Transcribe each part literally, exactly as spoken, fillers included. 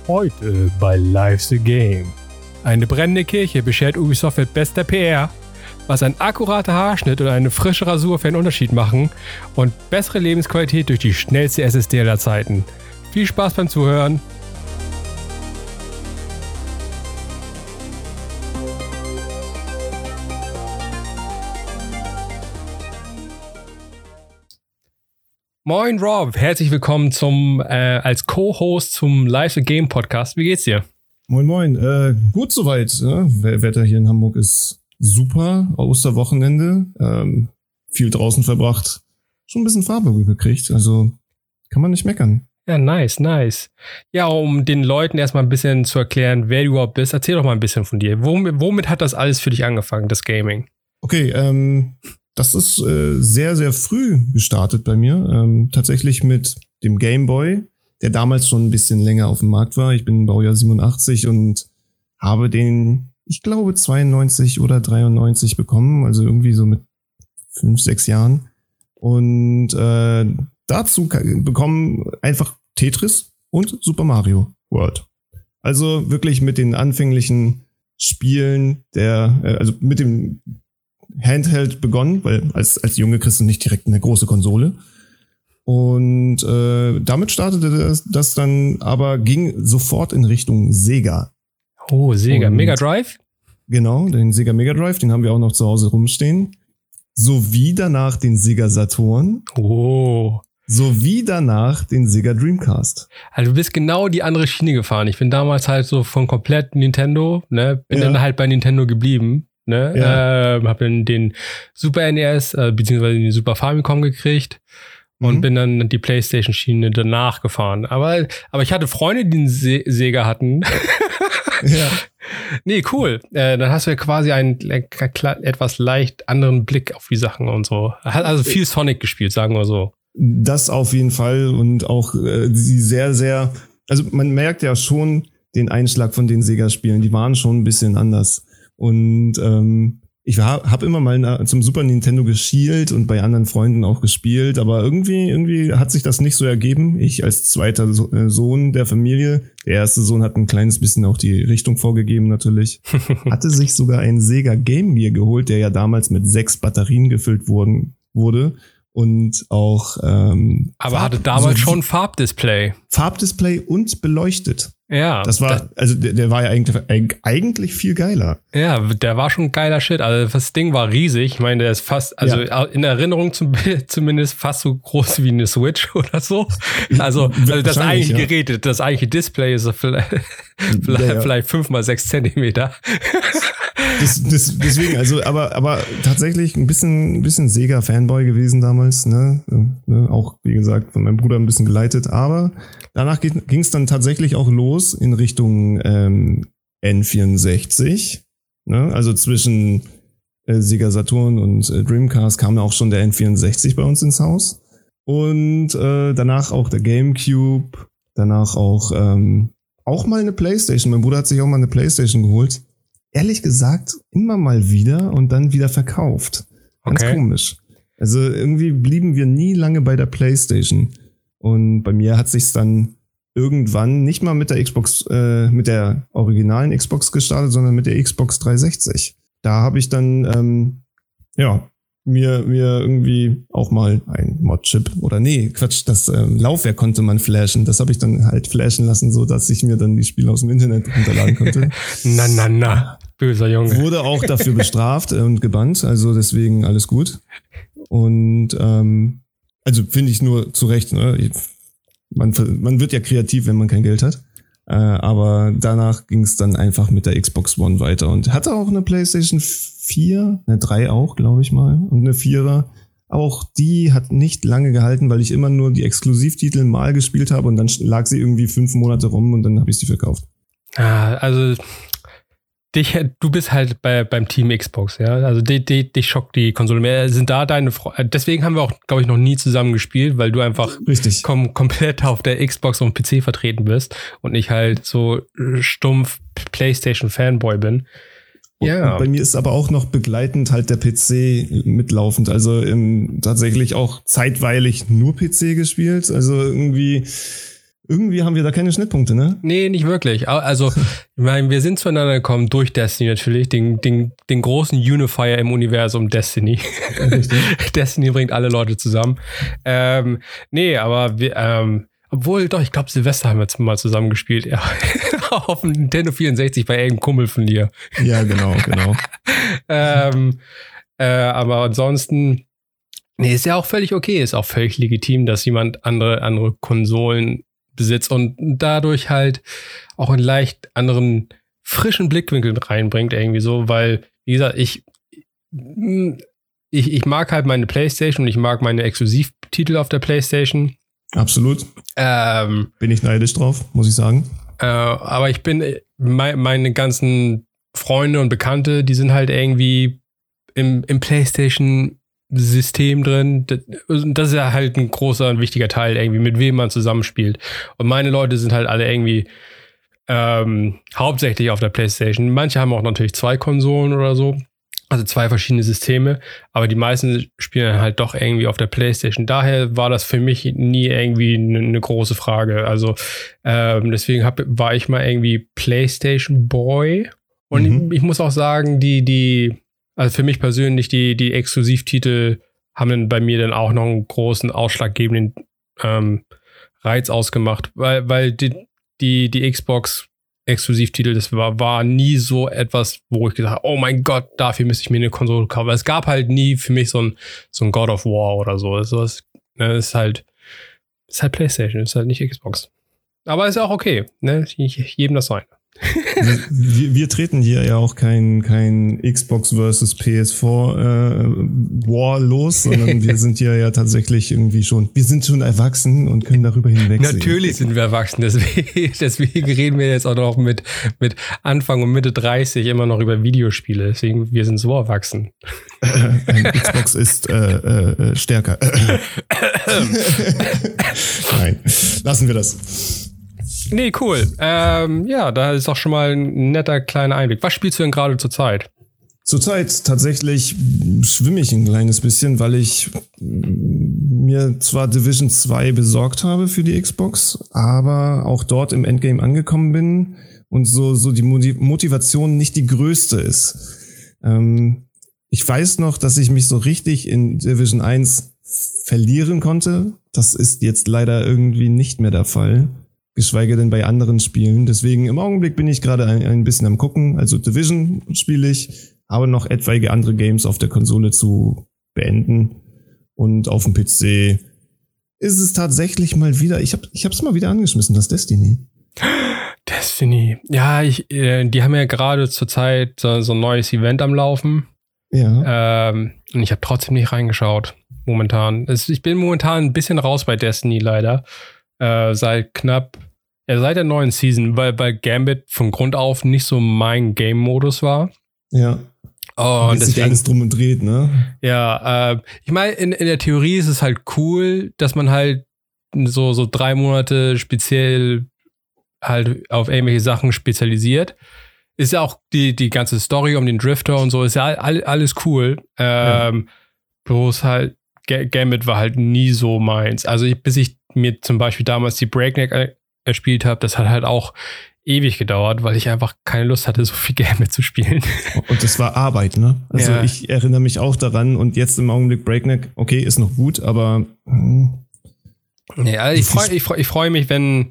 Heute bei Life's a Game. Eine brennende Kirche beschert Ubisoft mit bester P R, was ein akkurater Haarschnitt oder eine frische Rasur für einen Unterschied machen und bessere Lebensqualität durch die schnellste S S D aller Zeiten. Viel Spaß beim Zuhören. Moin Rob, herzlich willkommen zum äh, als Co-Host zum Life's a Game Podcast. Wie geht's dir? Moin moin, äh, gut soweit. Ne? Wetter hier in Hamburg ist super, Osterwochenende, ähm, viel draußen verbracht, schon ein bisschen Farbe gekriegt, also kann man nicht meckern. Ja, nice, nice. Ja, um den Leuten erstmal ein bisschen zu erklären, wer du überhaupt bist, erzähl doch mal ein bisschen von dir. Womit, womit hat das alles für dich angefangen, das Gaming? Okay, ähm, das ist äh, sehr, sehr früh gestartet bei mir. Ähm, tatsächlich mit dem Game Boy, der damals schon ein bisschen länger auf dem Markt war. Ich bin Baujahr siebenundachtzig und habe den, ich glaube, zweiundneunzig oder dreiundneunzig bekommen. Also irgendwie so mit fünf, sechs Jahren. Und äh, dazu bekommen einfach Tetris und Super Mario World. Also wirklich mit den anfänglichen Spielen der, äh, also mit dem Handheld begonnen, weil als, als Junge kriegst du nicht direkt eine große Konsole. Und äh, damit startete das, das dann, aber ging sofort in Richtung Sega. Oh, Sega. Und Mega Drive? Genau, den Sega Mega Drive, den haben wir auch noch zu Hause rumstehen. Sowie danach den Sega Saturn. Oh. Sowie danach den Sega Dreamcast. Also du bist genau die andere Schiene gefahren. Ich bin damals halt so von komplett Nintendo, ne, bin Ja. dann halt bei Nintendo geblieben. Ne? Ja. Ähm, hab dann den Super N E S äh, beziehungsweise den Super Famicom gekriegt und Mhm. bin dann die PlayStation-Schiene danach gefahren. Aber, aber ich hatte Freunde, die einen Se- Sega hatten. Ja. Nee, cool. Äh, dann hast du ja quasi einen äh, kla- etwas leicht anderen Blick auf die Sachen und so. Hat also viel Sonic gespielt, sagen wir so. Das auf jeden Fall und auch äh, sie sehr, sehr, also man merkt ja schon den Einschlag von den Sega-Spielen, die waren schon ein bisschen anders. Und ähm, ich habe immer mal na, zum Super Nintendo geschielt und bei anderen Freunden auch gespielt, aber irgendwie irgendwie hat sich das nicht so ergeben. Ich als zweiter so äh, Sohn der Familie, der erste Sohn hat ein kleines bisschen auch die Richtung vorgegeben natürlich, hatte sich sogar einen Sega Game Gear geholt, der ja damals mit sechs Batterien gefüllt wurden, wurde. Und auch ähm, Aber Farb- hatte damals so schon Farbdisplay. Farbdisplay und beleuchtet. Ja. Das war, also der, der war ja eigentlich, eigentlich viel geiler. Ja, der war schon geiler Shit. Also das Ding war riesig. Ich meine, der ist fast, also Ja. in Erinnerung zum, zumindest fast so groß wie eine Switch oder so. Also, also das Wahrscheinlich, eigentliche ja. Gerät, das eigentliche Display ist so vielleicht, vielleicht, Ja, ja. vielleicht fünf mal sechs Zentimeter. Das, das, deswegen, also, aber, aber tatsächlich ein bisschen, ein bisschen Sega-Fanboy gewesen damals, ne? ne? Auch, wie gesagt, von meinem Bruder ein bisschen geleitet, aber danach ging es dann tatsächlich auch los in Richtung ähm, N vierundsechzig. Ne? Also zwischen äh, Sega Saturn und äh, Dreamcast kam auch schon der N vierundsechzig bei uns ins Haus. Und äh, danach auch der GameCube, danach auch, ähm, auch mal eine PlayStation. Mein Bruder hat sich auch mal eine PlayStation geholt. Ehrlich gesagt, immer mal wieder und dann wieder verkauft. Ganz Okay. komisch. Also irgendwie blieben wir nie lange bei der PlayStation. Und bei mir hat sich's dann irgendwann nicht mal mit der Xbox, äh, mit der originalen Xbox gestartet, sondern mit der Xbox dreihundertsechzig. Da habe ich dann, ähm, ja, mir, mir irgendwie auch mal ein Mod-Chip oder nee, Quatsch, das ähm, Laufwerk konnte man flashen. Das habe ich dann halt flashen lassen, so dass ich mir dann die Spiele aus dem Internet runterladen konnte. Na, na, na. Böser Junge. Wurde auch dafür bestraft und gebannt, also deswegen alles gut. Und ähm, also finde ich nur zu Recht, ne? Man, man wird ja kreativ, wenn man kein Geld hat. Äh, aber danach ging es dann einfach mit der Xbox One weiter und hatte auch eine PlayStation vier, eine drei auch, glaube ich mal, und eine vierer. Auch die hat nicht lange gehalten, weil ich immer nur die Exklusivtitel mal gespielt habe und dann lag sie irgendwie fünf Monate rum und dann habe ich sie verkauft. Ah, also dich, du bist halt bei, beim Team Xbox, ja. Also dich, dich, dich schockt die Konsole mehr. Sind da deine Freunde? Deswegen haben wir auch, glaube ich, noch nie zusammen gespielt, weil du einfach Richtig. kom- komplett auf der Xbox und P C vertreten bist und ich halt so stumpf PlayStation-Fanboy bin. Ja. Und bei mir ist aber auch noch begleitend halt der P C mitlaufend. Also ähm, tatsächlich auch zeitweilig nur P C gespielt. Also irgendwie irgendwie haben wir da keine Schnittpunkte, ne? Nee, nicht wirklich. Also, ich meine, wir sind zueinander gekommen durch Destiny natürlich, den, den, den großen Unifier im Universum Destiny. Destiny bringt alle Leute zusammen. Ähm, nee, aber wir, ähm, obwohl, doch, ich glaube, Silvester haben wir jetzt mal zusammen gespielt. Ja. Auf dem Nintendo vierundsechzig bei irgendeinem Kumpel von dir. Ja, genau, genau. ähm, äh, aber ansonsten, nee, ist ja auch völlig okay, ist auch völlig legitim, dass jemand andere, andere Konsolen besitzt und dadurch halt auch einen leicht anderen, frischen Blickwinkel reinbringt irgendwie so, weil, wie gesagt, ich, ich, ich mag halt meine PlayStation und ich mag meine Exklusivtitel auf der PlayStation. Absolut. Ähm, bin ich neidisch drauf, muss ich sagen. Äh, aber ich bin, me- meine ganzen Freunde und Bekannte, die sind halt irgendwie im, im PlayStation-System drin. Das ist ja halt ein großer und wichtiger Teil irgendwie, mit wem man zusammenspielt. Und meine Leute sind halt alle irgendwie ähm, hauptsächlich auf der PlayStation. Manche haben auch natürlich zwei Konsolen oder so. Also zwei verschiedene Systeme, aber die meisten spielen halt doch irgendwie auf der PlayStation. Daher war das für mich nie irgendwie eine ne große Frage. Also ähm, deswegen hab, war ich mal irgendwie PlayStation Boy. Und mhm. ich, ich muss auch sagen, die, die, also für mich persönlich, die, die Exklusivtitel haben dann bei mir dann auch noch einen großen ausschlaggebenden ähm, Reiz ausgemacht, weil, weil die, die, die Xbox Exklusivtitel, das war, war nie so etwas, wo ich gesagt habe, oh mein Gott, dafür müsste ich mir eine Konsole kaufen. Es gab halt nie für mich so ein, so ein God of War oder so. Das ist, ne, ist halt, ist halt PlayStation, ist halt nicht Xbox. Aber ist auch okay, ne? Jedem das sein. wir, wir treten hier ja auch kein, kein Xbox versus P S vier äh, War los, sondern wir sind hier ja tatsächlich irgendwie schon, wir sind schon erwachsen und können darüber hinwegsehen. Natürlich sind wir erwachsen, deswegen, deswegen reden wir jetzt auch noch mit, mit Anfang und Mitte dreißig immer noch über Videospiele, deswegen wir sind so erwachsen. Ein Xbox ist äh, äh, stärker. Nein, lassen wir das. Nee, cool. Ähm, ja, da ist auch schon mal ein netter kleiner Einblick. Was spielst du denn gerade zur Zeit? Zurzeit tatsächlich schwimme ich ein kleines bisschen, weil ich mir zwar Division zwei besorgt habe für die Xbox, aber auch dort im Endgame angekommen bin und so, so die Motivation nicht die größte ist. Ähm, ich weiß noch, dass ich mich so richtig in Division eins verlieren konnte. Das ist jetzt leider irgendwie nicht mehr der Fall. Geschweige denn bei anderen Spielen. Deswegen im Augenblick bin ich gerade ein, ein bisschen am gucken. Also Division spiele ich, habe noch etwaige andere Games auf der Konsole zu beenden. Und auf dem P C ist es tatsächlich mal wieder, ich habe ich hab's mal wieder angeschmissen, das Destiny. Destiny. Ja, ich, äh, die haben ja gerade zurzeit so, so ein neues Event am Laufen. Ja. Ähm, und ich habe trotzdem nicht reingeschaut. Momentan. Es, ich bin momentan ein bisschen raus bei Destiny leider. Äh, seit knapp Ja, seit der neuen Season, weil bei Gambit von Grund auf nicht so mein Game-Modus war. Ja. Oh, und sich alles drum und dreht, ne? Ja, äh, ich meine, in, in der Theorie ist es halt cool, dass man halt so, so drei Monate speziell halt auf irgendwelche Sachen spezialisiert. Ist ja auch die, die ganze Story um den Drifter und so, ist ja all, alles cool. Ähm, ja. Bloß halt, Gambit war halt nie so meins. Also ich, bis ich mir zum Beispiel damals die Breakneck erspielt habe, das hat halt auch ewig gedauert, weil ich einfach keine Lust hatte, so viel Gambit zu spielen. Und das war Arbeit, ne? Also ja. Ich erinnere mich auch daran und jetzt im Augenblick Breakneck, okay, ist noch gut, aber hm. Ja, also ich freue ich freu, ich freu mich, wenn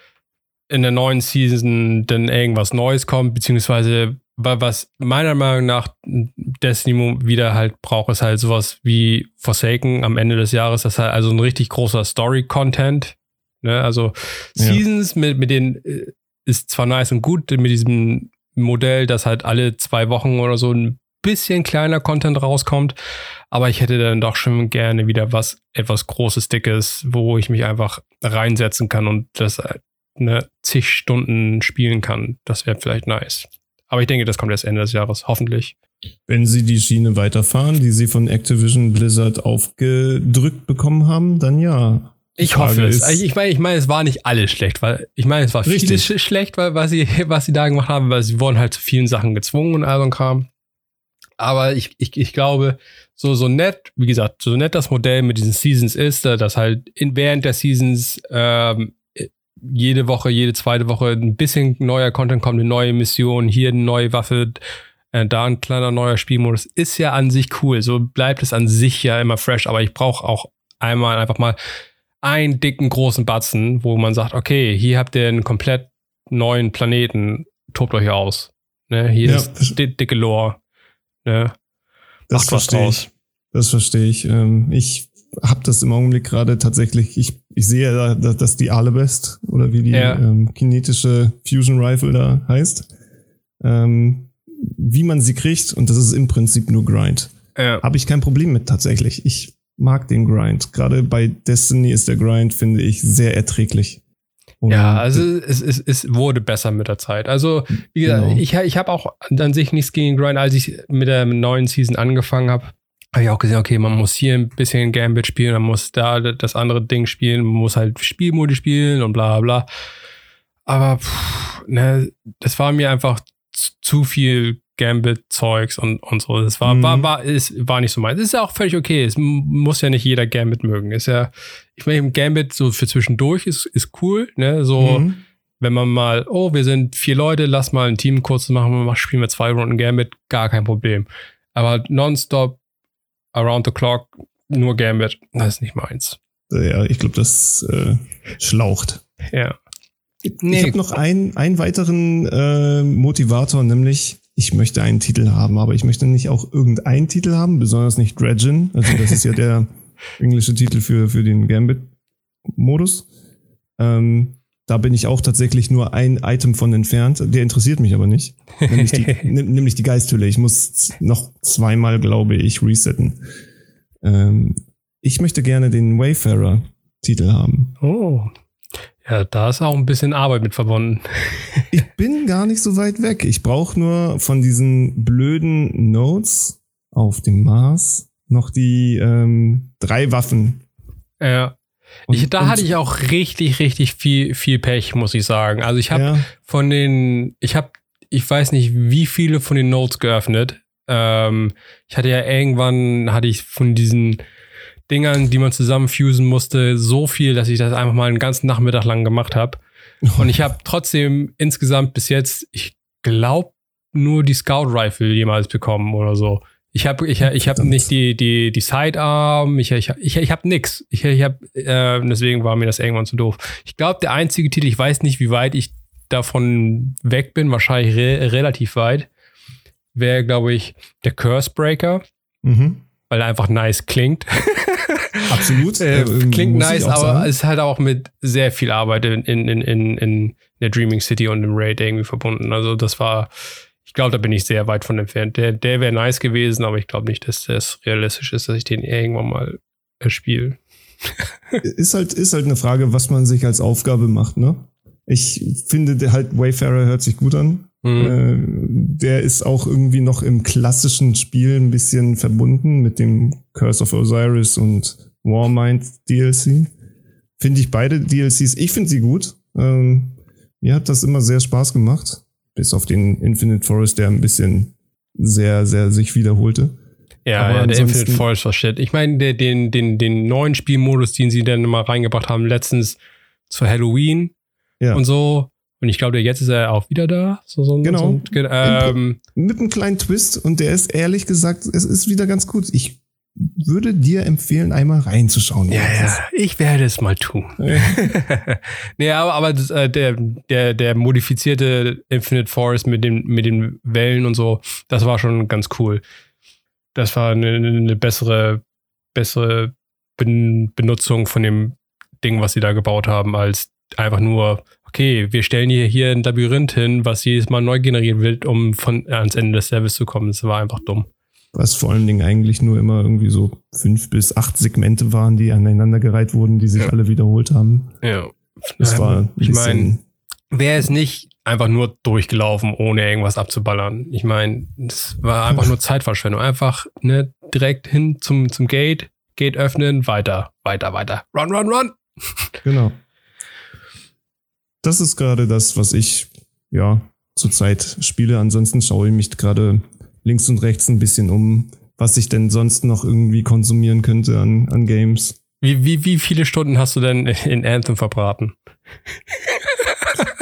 in der neuen Season dann irgendwas Neues kommt, beziehungsweise was meiner Meinung nach Destiny wieder halt braucht, ist halt sowas wie Forsaken am Ende des Jahres. Das ist halt also ein richtig großer Story-Content. Ne? Also Seasons ja. mit, mit den ist zwar nice und gut mit diesem Modell, dass halt alle zwei Wochen oder so ein bisschen kleiner Content rauskommt, aber ich hätte dann doch schon gerne wieder was etwas Großes, Dickes, wo ich mich einfach reinsetzen kann und das ne, zig Stunden spielen kann. Das wäre vielleicht nice. Aber ich denke, das kommt erst Ende des Jahres, hoffentlich. Wenn sie die Schiene weiterfahren, die sie von Activision Blizzard aufgedrückt bekommen haben, dann ja. Ich hoffe es. Ich meine, ich meine, es war nicht alles schlecht, weil ich meine, es war Richtig. vieles sch- schlecht, weil was sie, was sie da gemacht haben, weil sie wurden halt zu vielen Sachen gezwungen und all so ein Kram. Aber ich, ich, ich glaube, so, so nett, wie gesagt, so nett das Modell mit diesen Seasons ist, dass halt in, während der Seasons ähm, jede Woche, jede zweite Woche ein bisschen neuer Content kommt, eine neue Mission, hier eine neue Waffe, äh, da ein kleiner neuer Spielmodus, ist ja an sich cool. So bleibt es an sich ja immer fresh, aber ich brauche auch einmal einfach mal einen dicken, großen Batzen, wo man sagt, okay, hier habt ihr einen komplett neuen Planeten, tobt euch aus. Ne? Hier Ja. ist di- dicke Lore. Ne? Das Macht was verstehe draus. ich. Das verstehe ich. Ähm, ich habe das im Augenblick gerade tatsächlich, ich, ich sehe da, da- dass die Alebest oder wie die Ja. ähm, kinetische Fusion Rifle da heißt, ähm, wie man sie kriegt, und das ist im Prinzip nur Grind. Ja. Habe ich kein Problem mit tatsächlich. Ich mag den Grind. Gerade bei Destiny ist der Grind, finde ich, sehr erträglich. Und Ja, also es, es, es wurde besser mit der Zeit. Also, wie gesagt, Genau. ich, ich habe auch an sich nichts gegen Grind. Als ich mit der neuen Season angefangen habe, habe ich auch gesehen, okay, man muss hier ein bisschen Gambit spielen, man muss da das andere Ding spielen, man muss halt Spielmodi spielen und bla bla. Aber pff, ne, das war mir einfach zu, zu viel Gambit-Zeugs und, und so. Das war, Mhm. war, war, ist, war nicht so meins. Ist ja auch völlig okay. Es m- muss ja nicht jeder Gambit mögen. Ist ja, ich meine, Gambit so für zwischendurch ist, ist cool, ne? So, Mhm. wenn man mal, oh, wir sind vier Leute, lass mal ein Team kurz machen, wir machen- spielen wir zwei Runden Gambit, gar kein Problem. Aber nonstop, around the clock, nur Gambit, das ist nicht meins. Ja, ich glaube, das äh, schlaucht. Ja. Ich habe noch einen, einen weiteren äh, Motivator, nämlich ich möchte einen Titel haben, aber ich möchte nicht auch irgendeinen Titel haben, besonders nicht Dredgen. Also das ist ja der englische Titel für, für den Gambit-Modus. Ähm, da bin ich auch tatsächlich nur ein Item von entfernt. Der interessiert mich aber nicht. Nämlich die, nimm- nämlich die Geisthülle. Ich muss noch zweimal, glaube ich, resetten. Ähm, ich möchte gerne den Wayfarer-Titel haben. Oh. Ja, da ist auch ein bisschen Arbeit mit verbunden. Ich bin gar nicht so weit weg. Ich brauche nur von diesen blöden Nodes auf dem Mars noch die ähm, drei Waffen. Ja. Und- Ich, da und- hatte ich auch richtig, richtig viel, viel Pech, muss ich sagen. Also ich habe Ja, von den, ich habe, ich weiß nicht, wie viele von den Nodes geöffnet. Ähm, ich hatte ja irgendwann, hatte ich von diesen Dingern, die man zusammenfusen musste, so viel, dass ich das einfach mal einen ganzen Nachmittag lang gemacht habe. Und ich habe trotzdem insgesamt bis jetzt, ich glaube, nur die Scout Rifle jemals bekommen oder so. Ich habe ich, ich hab Verdammt. nicht die, die, die Sidearm, ich, ich, ich, ich habe nix. Ich, ich hab, äh, deswegen war mir das irgendwann zu doof. Ich glaube, der einzige Titel, ich weiß nicht, wie weit ich davon weg bin, wahrscheinlich re relativ weit, wäre, glaube ich, der Cursebreaker, mhm. weil er einfach nice klingt. Absolut. Äh, Ähm, klingt muss ich nice, auch aber sagen. ist halt auch mit sehr viel Arbeit in, in, in, in, in der Dreaming City und dem Raid irgendwie verbunden. Also das war, ich glaube, da bin ich sehr weit von entfernt. Der, der wäre nice gewesen, aber ich glaube nicht, dass das realistisch ist, dass ich den irgendwann mal äh, spiele. Ist halt, ist halt eine Frage, was man sich als Aufgabe macht, ne? Ich finde, der halt Wayfarer hört sich gut an. Mhm. Äh, der ist auch irgendwie noch im klassischen Spiel ein bisschen verbunden mit dem Curse of Osiris und Warmind D L C. Finde ich beide D L Cs, ich finde sie gut. Ähm, mir hat das immer sehr Spaß gemacht. Bis auf den Infinite Forest, der ein bisschen sehr, sehr sich wiederholte. Ja, Aber ja, der ansonsten- Infinite Forest war shit. Ich meine, der, den, den, den neuen Spielmodus, den sie dann mal reingebracht haben, letztens zu Halloween Ja. und so. Und ich glaube, der jetzt ist er auch wieder da. So, so, Genau. So, ge- ähm, Mit einem kleinen Twist, und der ist ehrlich gesagt, es ist wieder ganz gut. Ich würde dir empfehlen, einmal reinzuschauen. ja, ja, ich werde es mal tun. nee, aber, aber das, äh, der, der, der modifizierte Infinite Forest mit den, mit den Wellen und so, das war schon ganz cool. Das war eine, eine bessere, bessere Ben- Benutzung von dem Ding, was sie da gebaut haben, als einfach nur, okay, wir stellen hier, hier ein Labyrinth hin, was jedes Mal neu generiert wird, um von äh, ans Ende des Levels zu kommen. Das war einfach dumm. Was vor allen Dingen eigentlich nur immer irgendwie so fünf bis acht Segmente waren, die aneinandergereiht wurden, die sich Ja. alle wiederholt haben. Ja. Das war ein ich meine, bisschen, wäre es nicht einfach nur durchgelaufen, ohne irgendwas abzuballern. Ich meine, es war einfach nur Zeitverschwendung. Einfach ne, direkt hin zum, zum Gate, Gate öffnen, weiter, weiter, weiter. Run, run, run! genau. Das ist gerade das, was ich, ja, zurzeit spiele. Ansonsten schaue ich mich gerade links und rechts ein bisschen um, was ich denn sonst noch irgendwie konsumieren könnte an, an Games. Wie, wie, wie viele Stunden hast du denn in Anthem verbraten?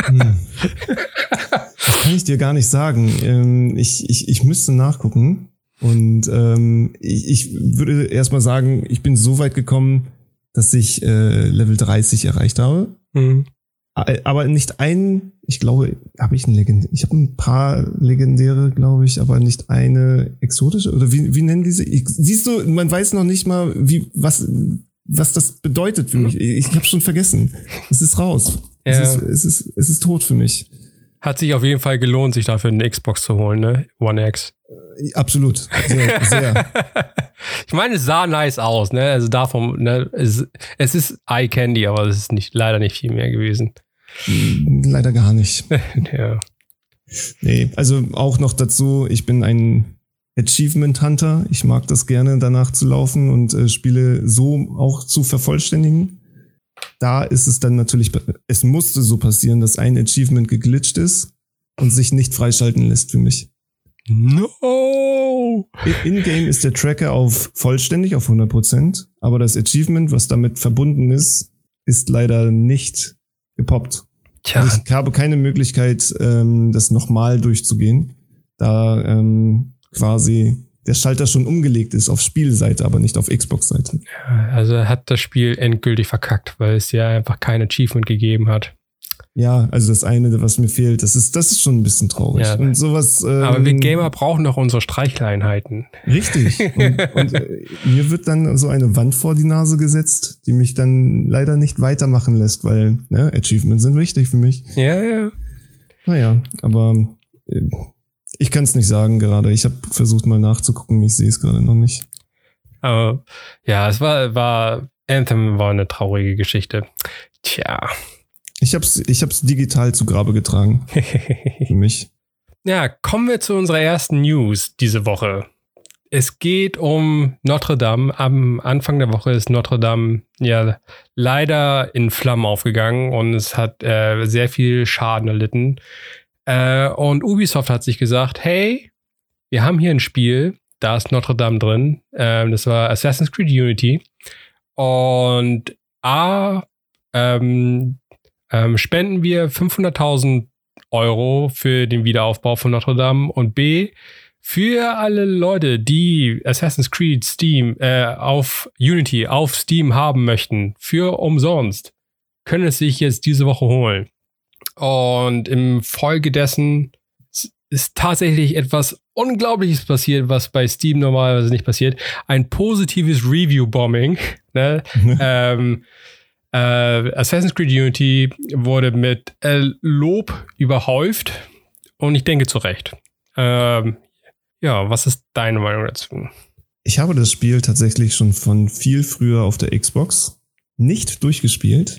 Hm. Das kann ich dir gar nicht sagen. Ähm, ich, ich, ich müsste nachgucken. Und ähm, ich, ich würde erstmal sagen, ich bin so weit gekommen, dass ich äh, Level dreißig erreicht habe. Mhm. Aber nicht ein, ich glaube, habe ich ein Legend, ich habe ein paar legendäre, glaube ich, aber nicht eine exotische, oder wie, wie nennen diese? Ich, siehst du, man weiß noch nicht mal, wie, was, was das bedeutet für mich. Ich habe schon vergessen. Es ist raus. Ja. Es ist, es ist, es ist tot für mich. Hat sich auf jeden Fall gelohnt, sich dafür eine Xbox zu holen, ne? One X. Absolut. Sehr, sehr. Ich meine, es sah nice aus, ne? Also davon, ne? Es, es ist Eye Candy, aber es ist nicht, leider nicht viel mehr gewesen. Leider gar nicht. Ja. Nee, also auch noch dazu, ich bin ein Achievement Hunter. Ich mag das gerne, danach zu laufen und äh, Spiele so auch zu vervollständigen. Da ist es dann natürlich, es musste so passieren, dass ein Achievement geglitscht ist und sich nicht freischalten lässt für mich. No! In-game ist der Tracker auf vollständig, auf hundert Prozent, aber das Achievement, was damit verbunden ist, ist leider nicht gepoppt. Tja. Also ich habe keine Möglichkeit, ähm, das nochmal durchzugehen, da ähm, quasi der Schalter schon umgelegt ist auf Spielseite, aber nicht auf Xbox-Seite. Ja, also hat das Spiel endgültig verkackt, weil es ja einfach kein Achievement gegeben hat. Ja, also das eine, was mir fehlt, das ist, das ist schon ein bisschen traurig. Ja, und sowas. Ähm, aber wir Gamer brauchen doch unsere Streicheleinheiten. Richtig. Und, und äh, mir wird dann so eine Wand vor die Nase gesetzt, die mich dann leider nicht weitermachen lässt, weil ne, Achievements sind wichtig für mich. Ja, ja. Naja, aber äh, ich kann es nicht sagen gerade. Ich habe versucht mal nachzugucken, ich sehe es gerade noch nicht. Aber ja, es war, war Anthem war eine traurige Geschichte. Tja. Ich hab's, ich hab's digital zu Grabe getragen. Für mich. Ja, kommen wir zu unserer ersten News diese Woche. Es geht um Notre Dame. Am Anfang der Woche ist Notre Dame ja leider in Flammen aufgegangen und es hat äh, sehr viel Schaden erlitten. Äh, und Ubisoft hat sich gesagt, hey, wir haben hier ein Spiel, da ist Notre Dame drin. Äh, das war Assassin's Creed Unity. Und A, ähm, ähm, spenden wir fünfhunderttausend Euro für den Wiederaufbau von Notre Dame und B, für alle Leute, die Assassin's Creed Steam äh, auf Unity auf Steam haben möchten, für umsonst, können es sich jetzt diese Woche holen. Und im Folge dessen ist tatsächlich etwas Unglaubliches passiert, was bei Steam normalerweise nicht passiert. Ein positives Review-Bombing. Ne? ähm, äh, Assassin's Creed Unity wurde mit äh, Lob überhäuft und ich denke zu Recht. Ähm, ja, was ist deine Meinung dazu? Ich habe das Spiel tatsächlich schon von viel früher auf der Xbox nicht durchgespielt.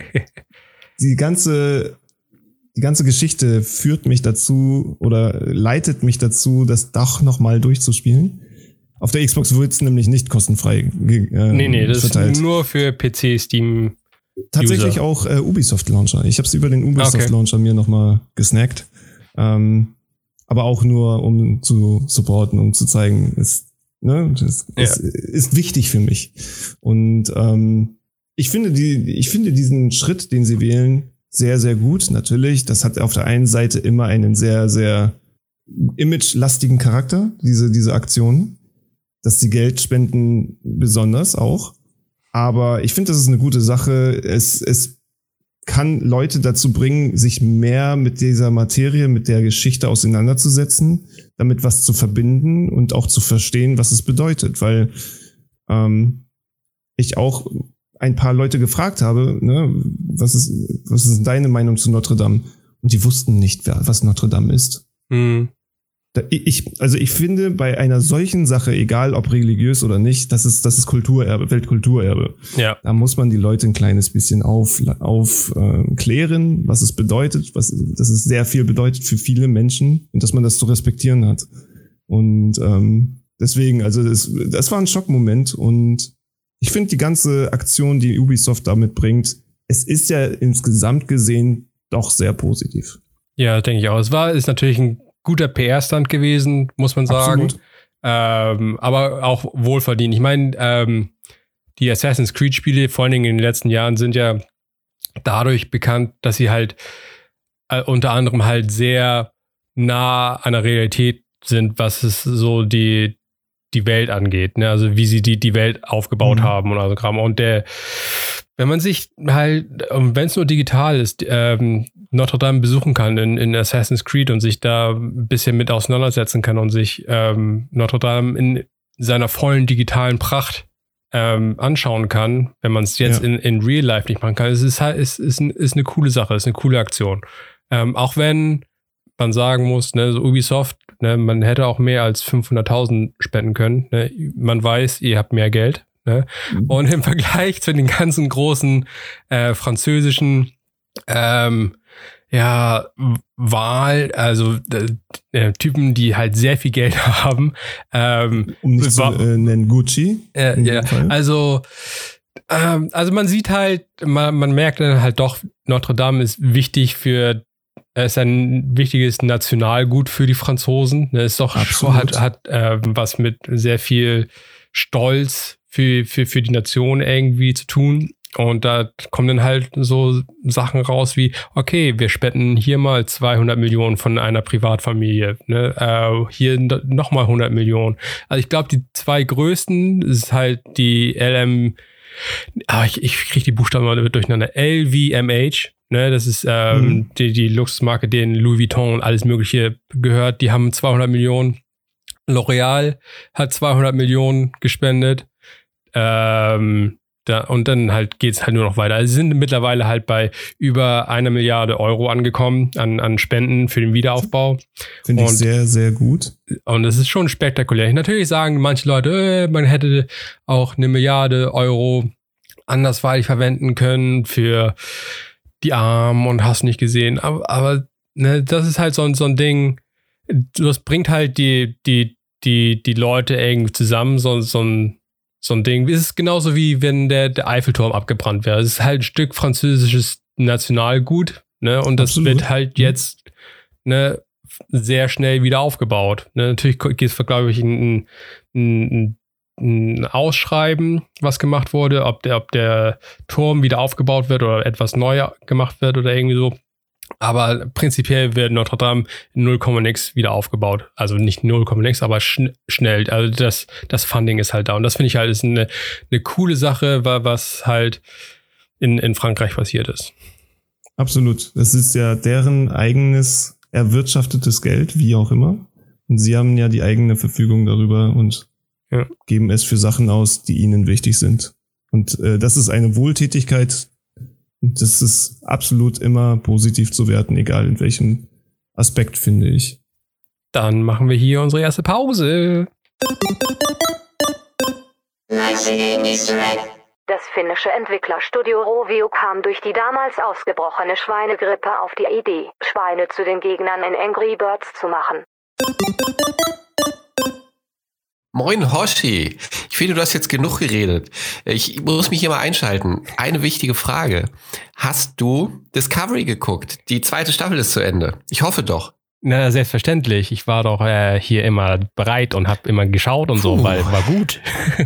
Die ganze Die ganze Geschichte führt mich dazu oder leitet mich dazu, das doch nochmal durchzuspielen. Auf der Xbox wird es nämlich nicht kostenfrei äh, Nee, nee, das verteilt. ist nur für P C, Steam. Tatsächlich User. auch äh, Ubisoft Launcher. Ich habe es über den Ubisoft Okay. Launcher mir nochmal gesnackt. Ähm, aber auch nur, um zu supporten, um zu zeigen, es, ne, das, Ja. es ist wichtig für mich. Und ähm, ich finde die, ich finde diesen Schritt, den sie wählen, sehr, sehr gut. Natürlich, das hat auf der einen Seite immer einen sehr, sehr imagelastigen Charakter, diese, diese Aktion. Dass die Geld spenden besonders auch. Aber ich finde, das ist eine gute Sache. Es, es kann Leute dazu bringen, sich mehr mit dieser Materie, mit der Geschichte auseinanderzusetzen, damit was zu verbinden und auch zu verstehen, was es bedeutet. Weil ähm, ich auch ein paar Leute gefragt habe, ne, was ist, was ist deine Meinung zu Notre Dame? Und die wussten nicht, wer, was Notre Dame ist. Hm. Da, ich, also ich finde, bei einer solchen Sache, egal ob religiös oder nicht, das ist, das ist Kulturerbe, Weltkulturerbe. Ja. Da muss man die Leute ein kleines bisschen auf, auf äh, klären, was es bedeutet, was, dass es sehr viel bedeutet für viele Menschen und dass man das zu respektieren hat. Und ähm, deswegen, also das, das war ein Schockmoment und ich finde die ganze Aktion, die Ubisoft damit bringt, es ist ja insgesamt gesehen doch sehr positiv. Ja, denke ich auch. Es war, ist natürlich ein guter P R-Stand gewesen, muss man sagen. Ähm, aber auch wohlverdient. Ich meine, ähm, die Assassin's Creed-Spiele, vor allen Dingen in den letzten Jahren, sind ja dadurch bekannt, dass sie halt äh, unter anderem halt sehr nah an der Realität sind, was es so die, die Welt angeht, ne? Also wie sie die, die Welt aufgebaut mhm. haben und also Kram. Und der, wenn man sich halt, wenn es nur digital ist, ähm, Notre Dame besuchen kann in, in Assassin's Creed und sich da ein bisschen mit auseinandersetzen kann und sich ähm, Notre Dame in seiner vollen digitalen Pracht ähm, anschauen kann, wenn man es jetzt ja. in, in Real Life nicht machen kann, es ist halt, ist, ist, ist eine coole Sache, ist eine coole Aktion. Ähm, auch wenn man sagen muss, ne, so Ubisoft, ne, man hätte auch mehr als fünfhunderttausend spenden können. Ne? Man weiß, ihr habt mehr Geld. Ne? Mhm. Und im Vergleich zu den ganzen großen äh, französischen ähm, ja, Wahl, also äh, Typen, die halt sehr viel Geld haben. Ähm, um nicht war, zu äh, nennen, Gucci. Äh, ja, also ähm, also man sieht halt, man, man merkt dann halt doch, Notre Dame ist wichtig für, es ist ein wichtiges Nationalgut für die Franzosen. Es ist doch schon, hat, hat äh, was mit sehr viel Stolz für, für, für die Nation irgendwie zu tun. Und da kommen dann halt so Sachen raus wie, okay, wir spenden hier mal zweihundert Millionen von einer Privatfamilie, ne? äh, hier nochmal hundert Millionen. Also ich glaube, die zwei größten ist halt die L M, ah, ich, ich kriege die Buchstaben mal durcheinander, L V M H, ne? Das ist ähm, mhm. die, die Luxusmarke, denen Louis Vuitton und alles Mögliche gehört. Die haben zweihundert Millionen. L'Oreal hat zweihundert Millionen gespendet. Ähm, Da, und dann halt geht's halt nur noch weiter. Also sie sind mittlerweile halt bei über einer Milliarde Euro angekommen an, an Spenden für den Wiederaufbau. Finde ich sehr, sehr gut. Und es ist schon spektakulär. Natürlich sagen manche Leute, äh, man hätte auch eine Milliarde Euro andersweitig verwenden können für die Armen und hast nicht gesehen. Aber, aber ne, das ist halt so, so ein Ding, das bringt halt die, die, die, die Leute irgendwie zusammen, so, so ein So ein Ding. Es ist genauso wie wenn der, der Eiffelturm abgebrannt wäre. Es ist halt ein Stück französisches Nationalgut, ne? Und das Absolut. Wird halt jetzt ne, sehr schnell wieder aufgebaut. Ne? Natürlich geht es, glaube ich, ein, ein, ein Ausschreiben, was gemacht wurde, ob der, ob der Turm wieder aufgebaut wird oder etwas neu gemacht wird oder irgendwie so. Aber prinzipiell wird Notre Dame in null Komma nix wieder aufgebaut. Also nicht null Komma nix, aber schn- schnell. Also das, das Funding ist halt da. Und das finde ich halt ist eine, eine coole Sache, was halt in, in Frankreich passiert ist. Absolut. Das ist ja deren eigenes erwirtschaftetes Geld, wie auch immer. Und sie haben ja die eigene Verfügung darüber und ja. geben es für Sachen aus, die ihnen wichtig sind. Und äh, das ist eine Wohltätigkeit. Das ist absolut immer positiv zu werten, egal in welchem Aspekt, finde ich. Dann machen wir hier unsere erste Pause. Das finnische Entwicklerstudio Rovio kam durch die damals ausgebrochene Schweinegrippe auf die Idee, Schweine zu den Gegnern in Angry Birds zu machen. Moin Hoshi, ich finde, du hast jetzt genug geredet. Ich muss mich hier mal einschalten. Eine wichtige Frage. Hast du Discovery geguckt? Die zweite Staffel ist zu Ende. Ich hoffe doch. Na, selbstverständlich. Ich war doch äh, hier immer bereit und habe immer geschaut und Puh. so, weil war gut.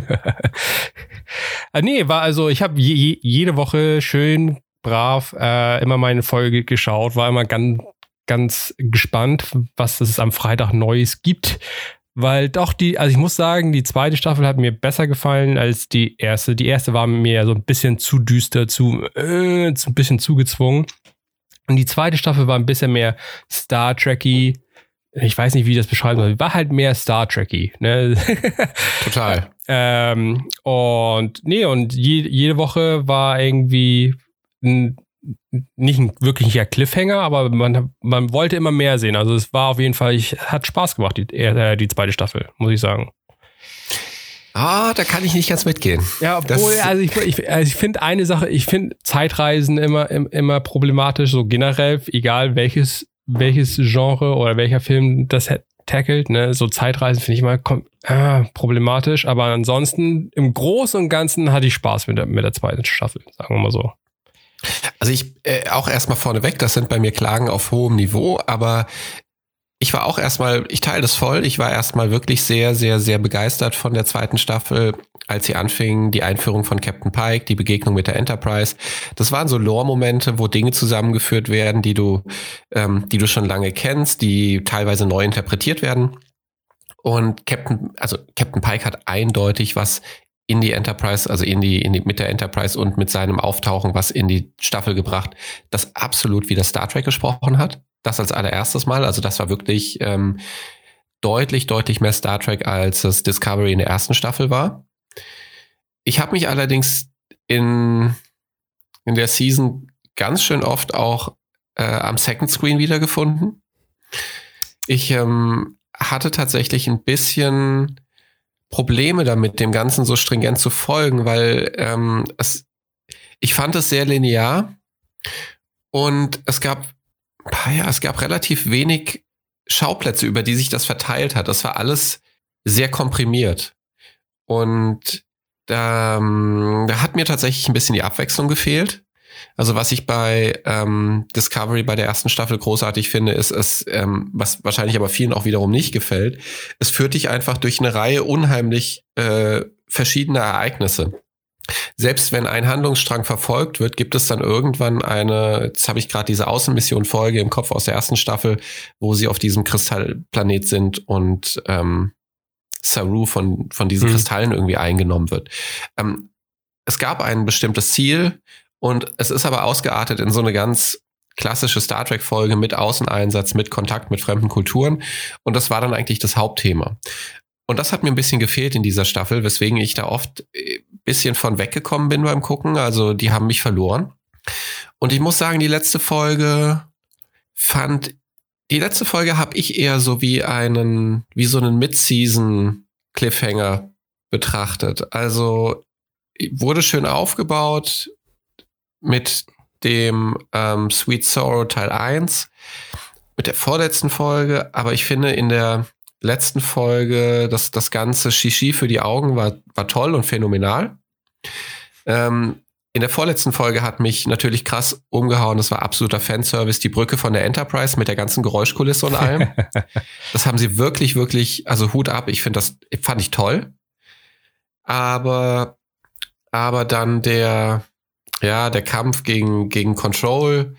äh, nee, war also, ich habe je, jede Woche schön brav äh, immer meine Folge geschaut, war immer ganz, ganz gespannt, was es am Freitag Neues gibt. Weil doch die, also ich muss sagen, die zweite Staffel hat mir besser gefallen als die erste. Die erste war mir so ein bisschen zu düster, zu, äh, zu ein bisschen zugezwungen. Und die zweite Staffel war ein bisschen mehr Star Trek-y. Ich weiß nicht, wie ich das beschreiben soll. War halt mehr Star Trek-y. Ne? Total. ähm, und nee, und je, jede Woche war irgendwie ein nicht ein wirklicher Cliffhanger, aber man, man wollte immer mehr sehen. Also es war auf jeden Fall, ich, hat Spaß gemacht, die, äh, die zweite Staffel, muss ich sagen. Ah, da kann ich nicht ganz mitgehen. Ja, obwohl, das also ich, ich, also ich finde eine Sache, ich finde Zeitreisen immer, immer problematisch, so generell, egal welches, welches Genre oder welcher Film das tackelt, ne, so Zeitreisen finde ich immer äh, problematisch, aber ansonsten im Großen und Ganzen hatte ich Spaß mit der, mit der zweiten Staffel, sagen wir mal so. Also ich, äh, auch erstmal vorneweg, das sind bei mir Klagen auf hohem Niveau, aber ich war auch erstmal, ich teile das voll, ich war erstmal wirklich sehr, sehr, sehr begeistert von der zweiten Staffel, als sie anfing, die Einführung von Captain Pike, die Begegnung mit der Enterprise. Das waren so Lore-Momente, wo Dinge zusammengeführt werden, die du, ähm, die du schon lange kennst, die teilweise neu interpretiert werden. Und Captain, also Captain Pike hat eindeutig was in die Enterprise, also in die, in die, mit der Enterprise und mit seinem Auftauchen was in die Staffel gebracht, das absolut wieder Star Trek gesprochen hat. Das als allererstes Mal. Also das war wirklich ähm, deutlich, deutlich mehr Star Trek, als es Discovery in der ersten Staffel war. Ich habe mich allerdings in, in der Season ganz schön oft auch äh, am Second Screen wiedergefunden. Ich ähm, hatte tatsächlich ein bisschen Probleme damit, dem Ganzen so stringent zu folgen, weil ähm, es, ich fand es sehr linear und es gab, ja, es gab relativ wenig Schauplätze, über die sich das verteilt hat. Das war alles sehr komprimiert. Und da, da hat mir tatsächlich ein bisschen die Abwechslung gefehlt. Also was ich bei ähm, Discovery bei der ersten Staffel großartig finde, ist es, ähm, was wahrscheinlich aber vielen auch wiederum nicht gefällt, es führt dich einfach durch eine Reihe unheimlich äh, verschiedener Ereignisse. Selbst wenn ein Handlungsstrang verfolgt wird, gibt es dann irgendwann eine, jetzt habe ich gerade diese Außenmission-Folge im Kopf aus der ersten Staffel, wo sie auf diesem Kristallplanet sind und ähm, Saru von, von diesen mhm. Kristallen irgendwie eingenommen wird. Ähm, es gab ein bestimmtes Ziel und es ist aber ausgeartet in so eine ganz klassische Star Trek-Folge mit Außeneinsatz, mit Kontakt mit fremden Kulturen und das war dann eigentlich das Hauptthema. Und das hat mir ein bisschen gefehlt in dieser Staffel, weswegen ich da oft ein bisschen von weggekommen bin beim Gucken. Also die haben mich verloren. Und ich muss sagen, die letzte Folge fand, die letzte Folge habe ich eher so wie einen, wie so einen Mid-Season-Cliffhanger betrachtet. Also wurde schön aufgebaut mit dem ähm, Sweet Sorrow Teil eins, mit der vorletzten Folge. Aber ich finde in der letzten Folge, das, das ganze Shishi für die Augen war, war toll und phänomenal. Ähm, in der vorletzten Folge hat mich natürlich krass umgehauen. Das war absoluter Fanservice. Die Brücke von der Enterprise mit der ganzen Geräuschkulisse und allem. Das haben sie wirklich, wirklich, also Hut ab. Ich finde das, fand ich toll. Aber, aber dann der, ja, der Kampf gegen, gegen Control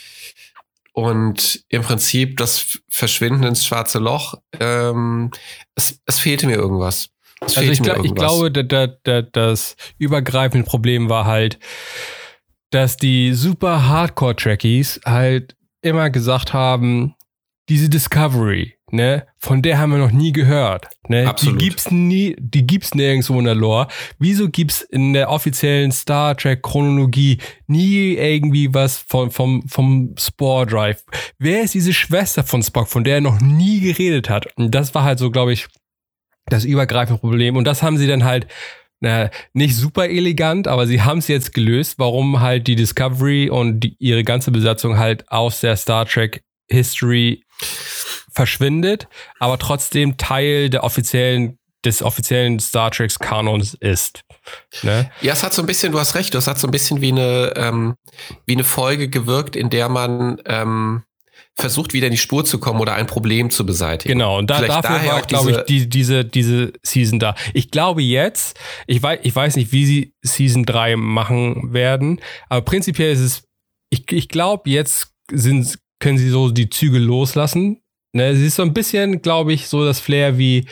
und im Prinzip das Verschwinden ins schwarze Loch, ähm, es, es fehlte mir irgendwas. Es also fehlte ich, mir glaub, irgendwas. ich glaube, da, da, da, das übergreifende Problem war halt, dass die super Hardcore-Trekkies halt immer gesagt haben, diese Discovery, ne, von der haben wir noch nie gehört. Ne? Absolut. Die gibt's nie, die gibt's nirgendwo in der Lore. Wieso gibt's in der offiziellen Star Trek Chronologie nie irgendwie was von, vom, vom Spore Drive? Wer ist diese Schwester von Spock, von der er noch nie geredet hat? Und das war halt so, glaube ich, das übergreifende Problem. Und das haben sie dann halt, na, nicht super elegant, aber sie haben es jetzt gelöst, warum halt die Discovery und die, ihre ganze Besatzung halt aus der Star Trek History verschwindet, aber trotzdem Teil der offiziellen, des offiziellen Star Treks Kanons ist. Ne? Ja, es hat so ein bisschen, du hast recht, es hat so ein bisschen wie eine, ähm, wie eine Folge gewirkt, in der man ähm, versucht, wieder in die Spur zu kommen oder ein Problem zu beseitigen. Genau, und da, dafür war, glaube ich, die, diese, diese Season da. Ich glaube jetzt, ich weiß, ich weiß nicht, wie sie Season drei machen werden, aber prinzipiell ist es, ich, ich glaube, jetzt sind, können sie so die Züge loslassen. Ne, sie ist so ein bisschen, glaube ich, so das Flair wie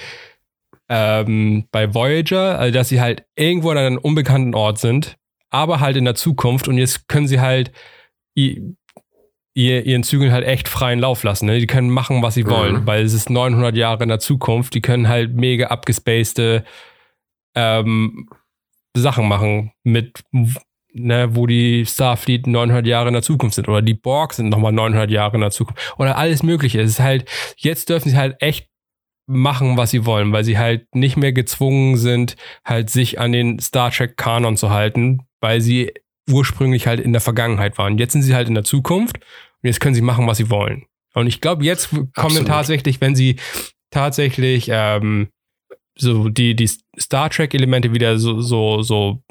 ähm, bei Voyager, also dass sie halt irgendwo an einem unbekannten Ort sind, aber halt in der Zukunft und jetzt können sie halt ihr, ihren Zügeln halt echt freien Lauf lassen. Ne? Die können machen, was sie wollen, mhm. weil es ist neunhundert Jahre in der Zukunft. Die können halt mega abgespacede ähm, Sachen machen mit, ne, wo die Starfleet neunhundert Jahre in der Zukunft sind oder die Borg sind nochmal neunhundert Jahre in der Zukunft oder alles Mögliche. Es ist halt, jetzt dürfen sie halt echt machen, was sie wollen, weil sie halt nicht mehr gezwungen sind, halt sich an den Star Trek Kanon zu halten, weil sie ursprünglich halt in der Vergangenheit waren. Jetzt sind sie halt in der Zukunft und jetzt können sie machen, was sie wollen. Und ich glaube, jetzt kommen dann tatsächlich, wenn sie tatsächlich ähm, so die, die Star Trek Elemente wieder so, so, so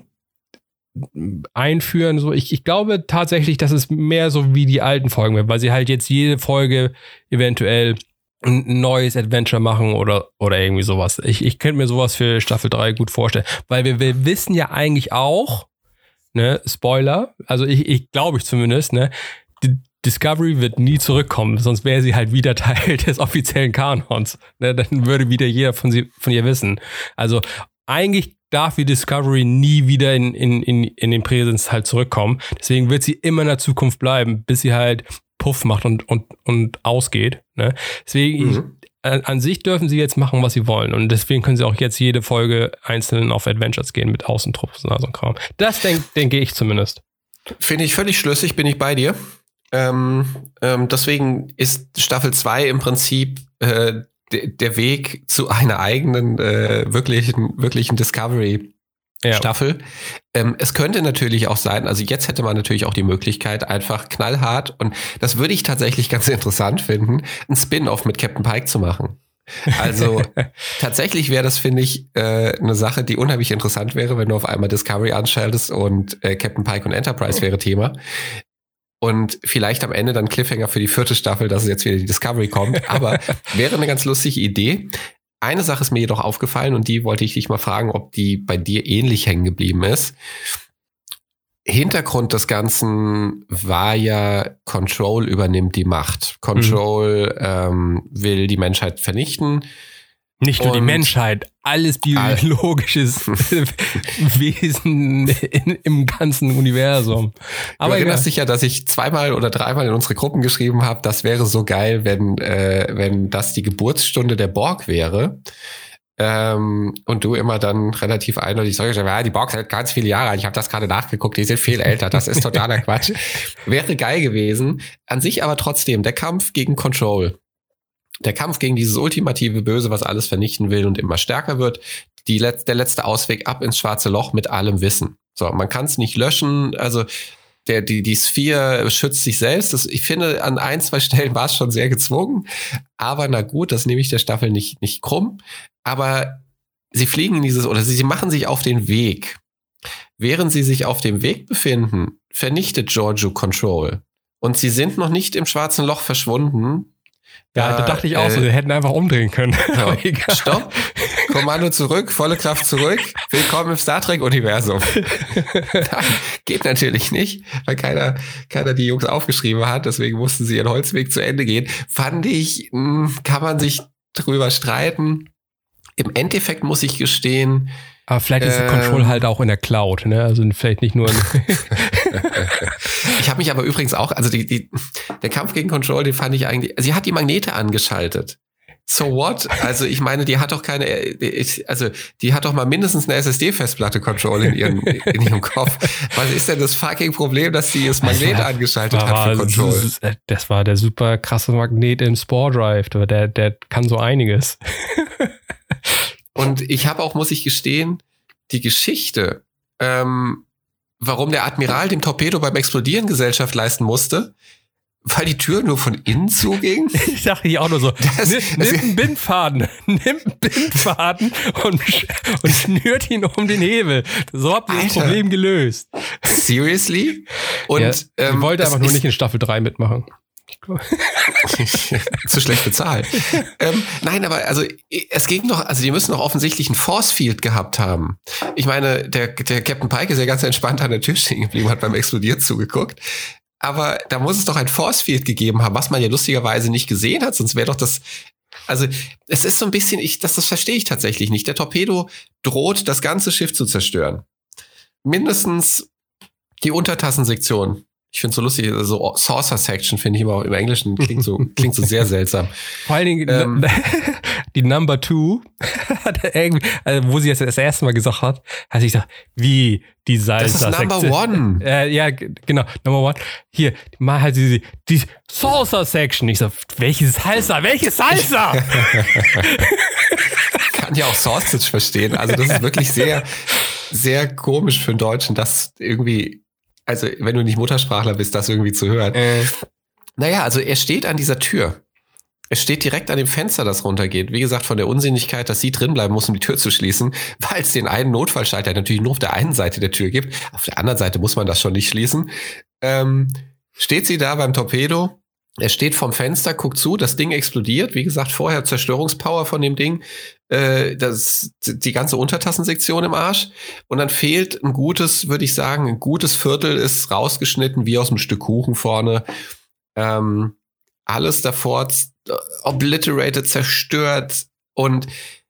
einführen. So, ich, ich glaube tatsächlich, dass es mehr so wie die alten Folgen wird, weil sie halt jetzt jede Folge eventuell ein neues Adventure machen oder, oder irgendwie sowas. Ich, ich könnte mir sowas für Staffel drei gut vorstellen. Weil wir, wir wissen ja eigentlich auch, ne, Spoiler, also ich, ich glaube ich zumindest, ne, die Discovery wird nie zurückkommen, sonst wäre sie halt wieder Teil des offiziellen Kanons. Ne, dann würde wieder jeder von, sie, von ihr wissen. Also eigentlich darf die Discovery nie wieder in, in, in, in den Präsens halt zurückkommen. Deswegen wird sie immer in der Zukunft bleiben, bis sie halt Puff macht und, und, und ausgeht. Ne? Deswegen, mhm. ich, an, an sich dürfen sie jetzt machen, was sie wollen. Und deswegen können sie auch jetzt jede Folge einzeln auf Adventures gehen mit Außentrupps und so ein Kram. Das denke denk ich zumindest. Finde ich völlig schlüssig, bin ich bei dir. Ähm, ähm, deswegen ist Staffel zwei im Prinzip äh, de, der Weg zu einer eigenen, äh, wirklichen, wirklichen Discovery Ja. Staffel. Ähm, es könnte natürlich auch sein, also jetzt hätte man natürlich auch die Möglichkeit, einfach knallhart, und das würde ich tatsächlich ganz interessant finden, ein Spin-off mit Captain Pike zu machen. Also tatsächlich wäre das, finde ich, äh, eine Sache, die unheimlich interessant wäre, wenn du auf einmal Discovery anschaltest und äh, Captain Pike und Enterprise wäre Thema. Und vielleicht am Ende dann Cliffhanger für die vierte Staffel, dass jetzt wieder die Discovery kommt. Aber wäre eine ganz lustige Idee. Eine Sache ist mir jedoch aufgefallen und die wollte ich dich mal fragen, ob die bei dir ähnlich hängen geblieben ist. Hintergrund des Ganzen war ja, Control übernimmt die Macht. Control mhm. ähm, will die Menschheit vernichten. Nicht nur die Menschheit, alles biologisches Wesen in, im ganzen Universum. Aber du erinnerst dich ja, dass ich zweimal oder dreimal in unsere Gruppen geschrieben habe, das wäre so geil, wenn, äh, wenn das die Geburtsstunde der Borg wäre. Ähm, und du immer dann relativ eindeutig sagst, ja, die Borg sind ganz viele Jahre alt, ich habe das gerade nachgeguckt, die sind viel älter, das ist totaler Quatsch. Wäre geil gewesen. An sich aber trotzdem, der Kampf gegen Control. Der Kampf gegen dieses ultimative Böse, was alles vernichten will und immer stärker wird. Die Let- der letzte Ausweg ab ins schwarze Loch mit allem Wissen. So, man kann es nicht löschen. Also der, die, die Sphere schützt sich selbst. Das, ich finde, an ein, zwei Stellen war es schon sehr gezwungen. Aber na gut, das nehme ich der Staffel nicht, nicht krumm. Aber sie fliegen in dieses, oder sie, sie machen sich auf den Weg. Während sie sich auf dem Weg befinden, vernichtet Georgiou Control. Und sie sind noch nicht im schwarzen Loch verschwunden. Ja, da dachte ich auch äh, so, wir hätten einfach umdrehen können. Ja. Stopp, Kommando zurück, volle Kraft zurück, willkommen im Star Trek-Universum. Geht natürlich nicht, weil keiner, keiner die Jungs aufgeschrieben hat, deswegen mussten sie ihren Holzweg zu Ende gehen. Fand ich, mh, kann man sich drüber streiten. Im Endeffekt muss ich gestehen, aber vielleicht ist ähm, Control halt auch in der Cloud, ne? Also vielleicht nicht nur. Ich habe mich aber übrigens auch, also die, die, der Kampf gegen Control, den fand ich eigentlich, sie hat die Magnete angeschaltet. So what? Also ich meine, die hat doch keine, also die hat doch mal mindestens eine S S D-Festplatte Control in ihrem, in ihrem Kopf. Was ist denn das fucking Problem, dass sie das Magnet das angeschaltet hat für Control? Das war der super krasse Magnet im Spore Drive, der, der kann so einiges. Und ich habe auch, muss ich gestehen, die Geschichte, ähm, warum der Admiral dem Torpedo beim Explodieren Gesellschaft leisten musste, weil die Tür nur von innen zuging. Ich dachte hier auch nur so, das, nimm, nimm einen Bindfaden, nimm einen Bindfaden und, und schnürt ihn um den Hebel. So habt ihr das Problem gelöst. Seriously? Und ja, ich ähm, wollte einfach nur nicht in Staffel drei mitmachen. Zu schlecht bezahlt. ähm, nein, aber also es ging doch, also die müssen doch offensichtlich ein Force Field gehabt haben. Ich meine, der, der Captain Pike ist ja ganz entspannt an der Tür stehen geblieben, hat beim Explodieren zugeguckt. Aber da muss es doch ein Force Field gegeben haben, was man ja lustigerweise nicht gesehen hat, sonst wäre doch das, also es ist so ein bisschen, ich, das, das verstehe ich tatsächlich nicht. Der Torpedo droht, das ganze Schiff zu zerstören. Mindestens die Untertassensektion. Ich finde es so lustig, so Saucer Section finde ich immer auch im Englischen klingt so, klingt so sehr seltsam. Vor allen Dingen ähm, die Number Two, hat er irgendwie, also wo sie das das erste Mal gesagt hat, hat sie gesagt, wie die Salsa Section. Das ist Number One. Äh, ja, genau, Number One. Hier, mal halt die, die Saucer Section. Ich so, welches Salsa? Welches Salsa? Kann ja auch Sausage verstehen. Also das ist wirklich sehr, sehr komisch für einen Deutschen, dass irgendwie, also wenn du nicht Muttersprachler bist, das irgendwie zu hören. Äh. Naja, also er steht an dieser Tür. Er steht direkt an dem Fenster, das runtergeht. Wie gesagt, von der Unsinnigkeit, dass sie drin bleiben muss, um die Tür zu schließen, weil es den einen Notfallschalter natürlich nur auf der einen Seite der Tür gibt. Auf der anderen Seite muss man das schon nicht schließen. Ähm, steht sie da beim Torpedo Er steht vorm Fenster, guckt zu, das Ding explodiert. Wie gesagt, vorher Zerstörungspower von dem Ding. Äh, das, die ganze Untertassensektion im Arsch. Und dann fehlt ein gutes, würde ich sagen, ein gutes Viertel ist rausgeschnitten, wie aus einem Stück Kuchen vorne. Ähm, alles davor obliterated, zerstört. Und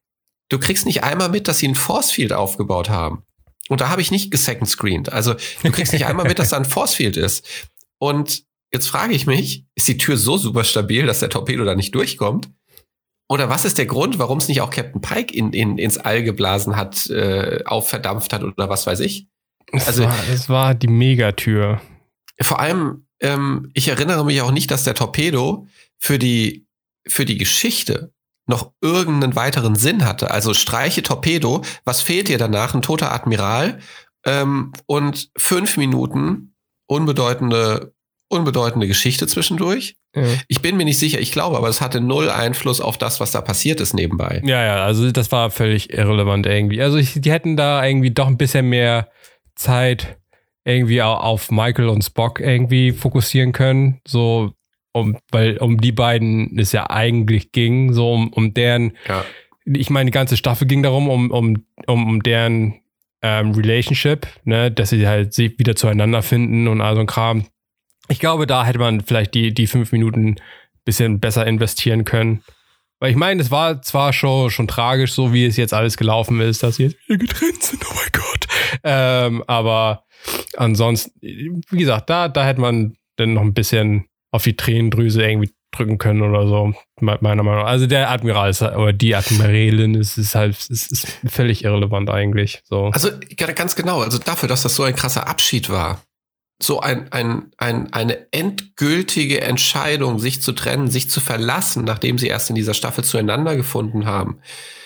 du kriegst nicht einmal mit, dass sie ein Force Field aufgebaut haben. Und da habe ich nicht gesecond screened. Also du kriegst nicht einmal mit, dass da ein Force Field ist. Und jetzt frage ich mich, ist die Tür so super stabil, dass der Torpedo da nicht durchkommt? Oder was ist der Grund, warum es nicht auch Captain Pike in, in, ins All geblasen hat, äh, aufverdampft hat oder was weiß ich? Es, also, war, es war die Megatür. Vor allem, ähm, ich erinnere mich auch nicht, dass der Torpedo für die, für die Geschichte noch irgendeinen weiteren Sinn hatte. Also streiche Torpedo, was fehlt dir danach? Ein toter Admiral ähm, und fünf Minuten unbedeutende unbedeutende Geschichte zwischendurch. Ja. Ich bin mir nicht sicher, ich glaube, aber es hatte null Einfluss auf das, was da passiert ist nebenbei. Ja, ja, also das war völlig irrelevant irgendwie. Also ich, die hätten da irgendwie doch ein bisschen mehr Zeit irgendwie auch auf Michael und Spock irgendwie fokussieren können, so, um, weil um die beiden es ja eigentlich ging, so um, um deren, ja. Ich meine, die ganze Staffel ging darum, um, um, um, um deren ähm, Relationship, ne, dass sie halt sich wieder zueinander finden und all so ein Kram. Ich glaube, da hätte man vielleicht die, die fünf Minuten ein bisschen besser investieren können. Weil ich meine, es war zwar schon, schon tragisch, so wie es jetzt alles gelaufen ist, dass sie jetzt wieder getrennt sind, oh mein Gott. Ähm, aber ansonsten, wie gesagt, da, da hätte man dann noch ein bisschen auf die Tränendrüse irgendwie drücken können oder so, meiner Meinung nach. Also der Admiral ist, oder die Admiralin ist, ist halt ist, ist völlig irrelevant eigentlich. So. Also ganz genau, also dafür, dass das so ein krasser Abschied war. So ein, ein, ein, eine endgültige Entscheidung, sich zu trennen, sich zu verlassen, nachdem sie erst in dieser Staffel zueinander gefunden haben.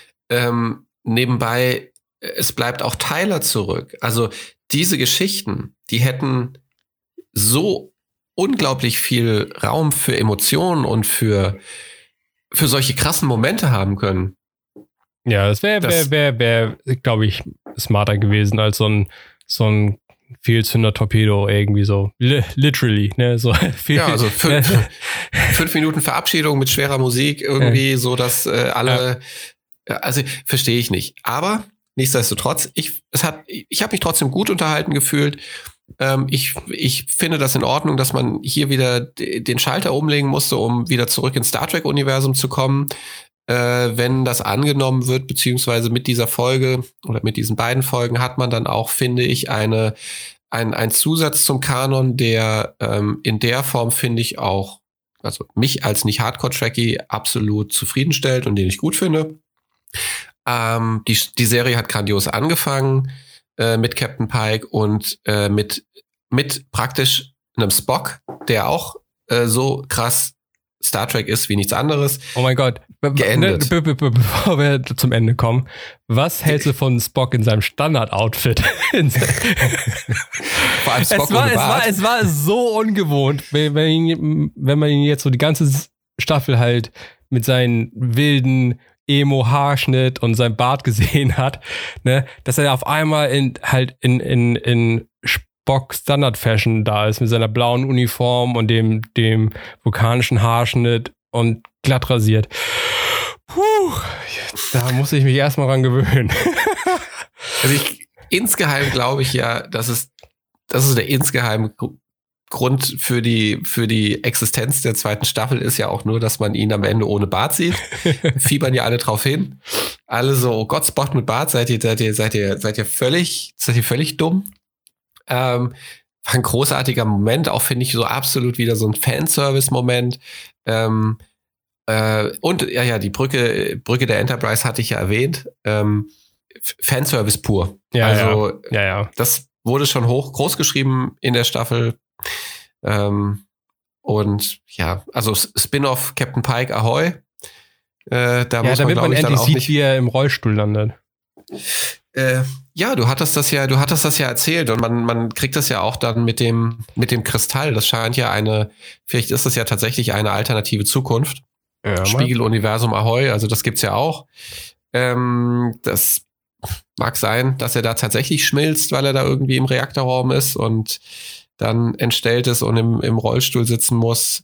Ähm, nebenbei, es bleibt auch Tyler zurück. Also diese Geschichten, die hätten so unglaublich viel Raum für Emotionen und für, für solche krassen Momente haben können. Ja, das wäre, wär, wär, wär, wär, glaube ich, smarter gewesen als so ein, so ein Fehlzünder-Torpedo irgendwie so. L- literally, ne? So viel, ja, also fünf, fünf Minuten Verabschiedung mit schwerer Musik irgendwie, ja. So dass äh, alle, ja. Also verstehe ich nicht. Aber nichtsdestotrotz, ich, es hat, ich habe mich trotzdem gut unterhalten gefühlt. Ähm, ich, ich finde das in Ordnung, dass man hier wieder d- den Schalter umlegen musste, um wieder zurück ins Star Trek-Universum zu kommen. Äh, wenn das angenommen wird, beziehungsweise mit dieser Folge oder mit diesen beiden Folgen hat man dann auch, finde ich, eine ein, ein Zusatz zum Kanon, der ähm, in der Form, finde ich, auch, also mich als nicht Hardcore-Trekkie absolut zufriedenstellt und den ich gut finde. Ähm, die, die Serie hat grandios angefangen äh, mit Captain Pike und äh, mit, mit praktisch einem Spock, der auch äh, so krass Star Trek ist wie nichts anderes. Oh mein Gott. Geendet. Be- be- be- bevor wir zum Ende kommen, was hältst du von Spock in seinem Standard-Outfit? Vor allem Spock es, war, es, war, es war so ungewohnt, wenn, wenn, ihn, wenn man ihn jetzt so die ganze Staffel halt mit seinen wilden Emo-Haarschnitt und seinem Bart gesehen hat, ne, dass er auf einmal in, halt in, in, in Spock Standard Fashion da ist, mit seiner blauen Uniform und dem, dem vulkanischen Haarschnitt und glatt rasiert. Puh, da muss ich mich erstmal dran gewöhnen. Also ich, insgeheim glaube ich ja, dass es, das ist der insgeheime Grund für die, für die Existenz der zweiten Staffel ist ja auch nur, dass man ihn am Ende ohne Bart sieht. Fiebern ja alle drauf hin. Alle so, oh Gott, Spock mit Bart, seid ihr, seid ihr, seid ihr, seid ihr völlig, seid ihr völlig dumm? Ähm, war ein großartiger Moment, auch finde ich so absolut wieder so ein Fanservice-Moment. Ähm, äh, und ja, ja, die Brücke, Brücke der Enterprise hatte ich ja erwähnt. Ähm, Fanservice pur. Ja, also, ja. Ja, ja. Das wurde schon hoch groß geschrieben in der Staffel. Ähm, und ja, also Spin-off Captain Pike Ahoy. Äh, da ja, muss damit man, man ich, endlich dann auch sieht, nicht, wie er im Rollstuhl landet. Äh, ja, du hattest das ja, du hattest das ja erzählt und man, man kriegt das ja auch dann mit dem, mit dem Kristall. Das scheint ja eine, vielleicht ist das ja tatsächlich eine alternative Zukunft. Ja, Spiegeluniversum Ahoy, also das gibt's ja auch. Ähm, das mag sein, dass er da tatsächlich schmilzt, weil er da irgendwie im Reaktorraum ist und dann entstellt ist und im, im Rollstuhl sitzen muss.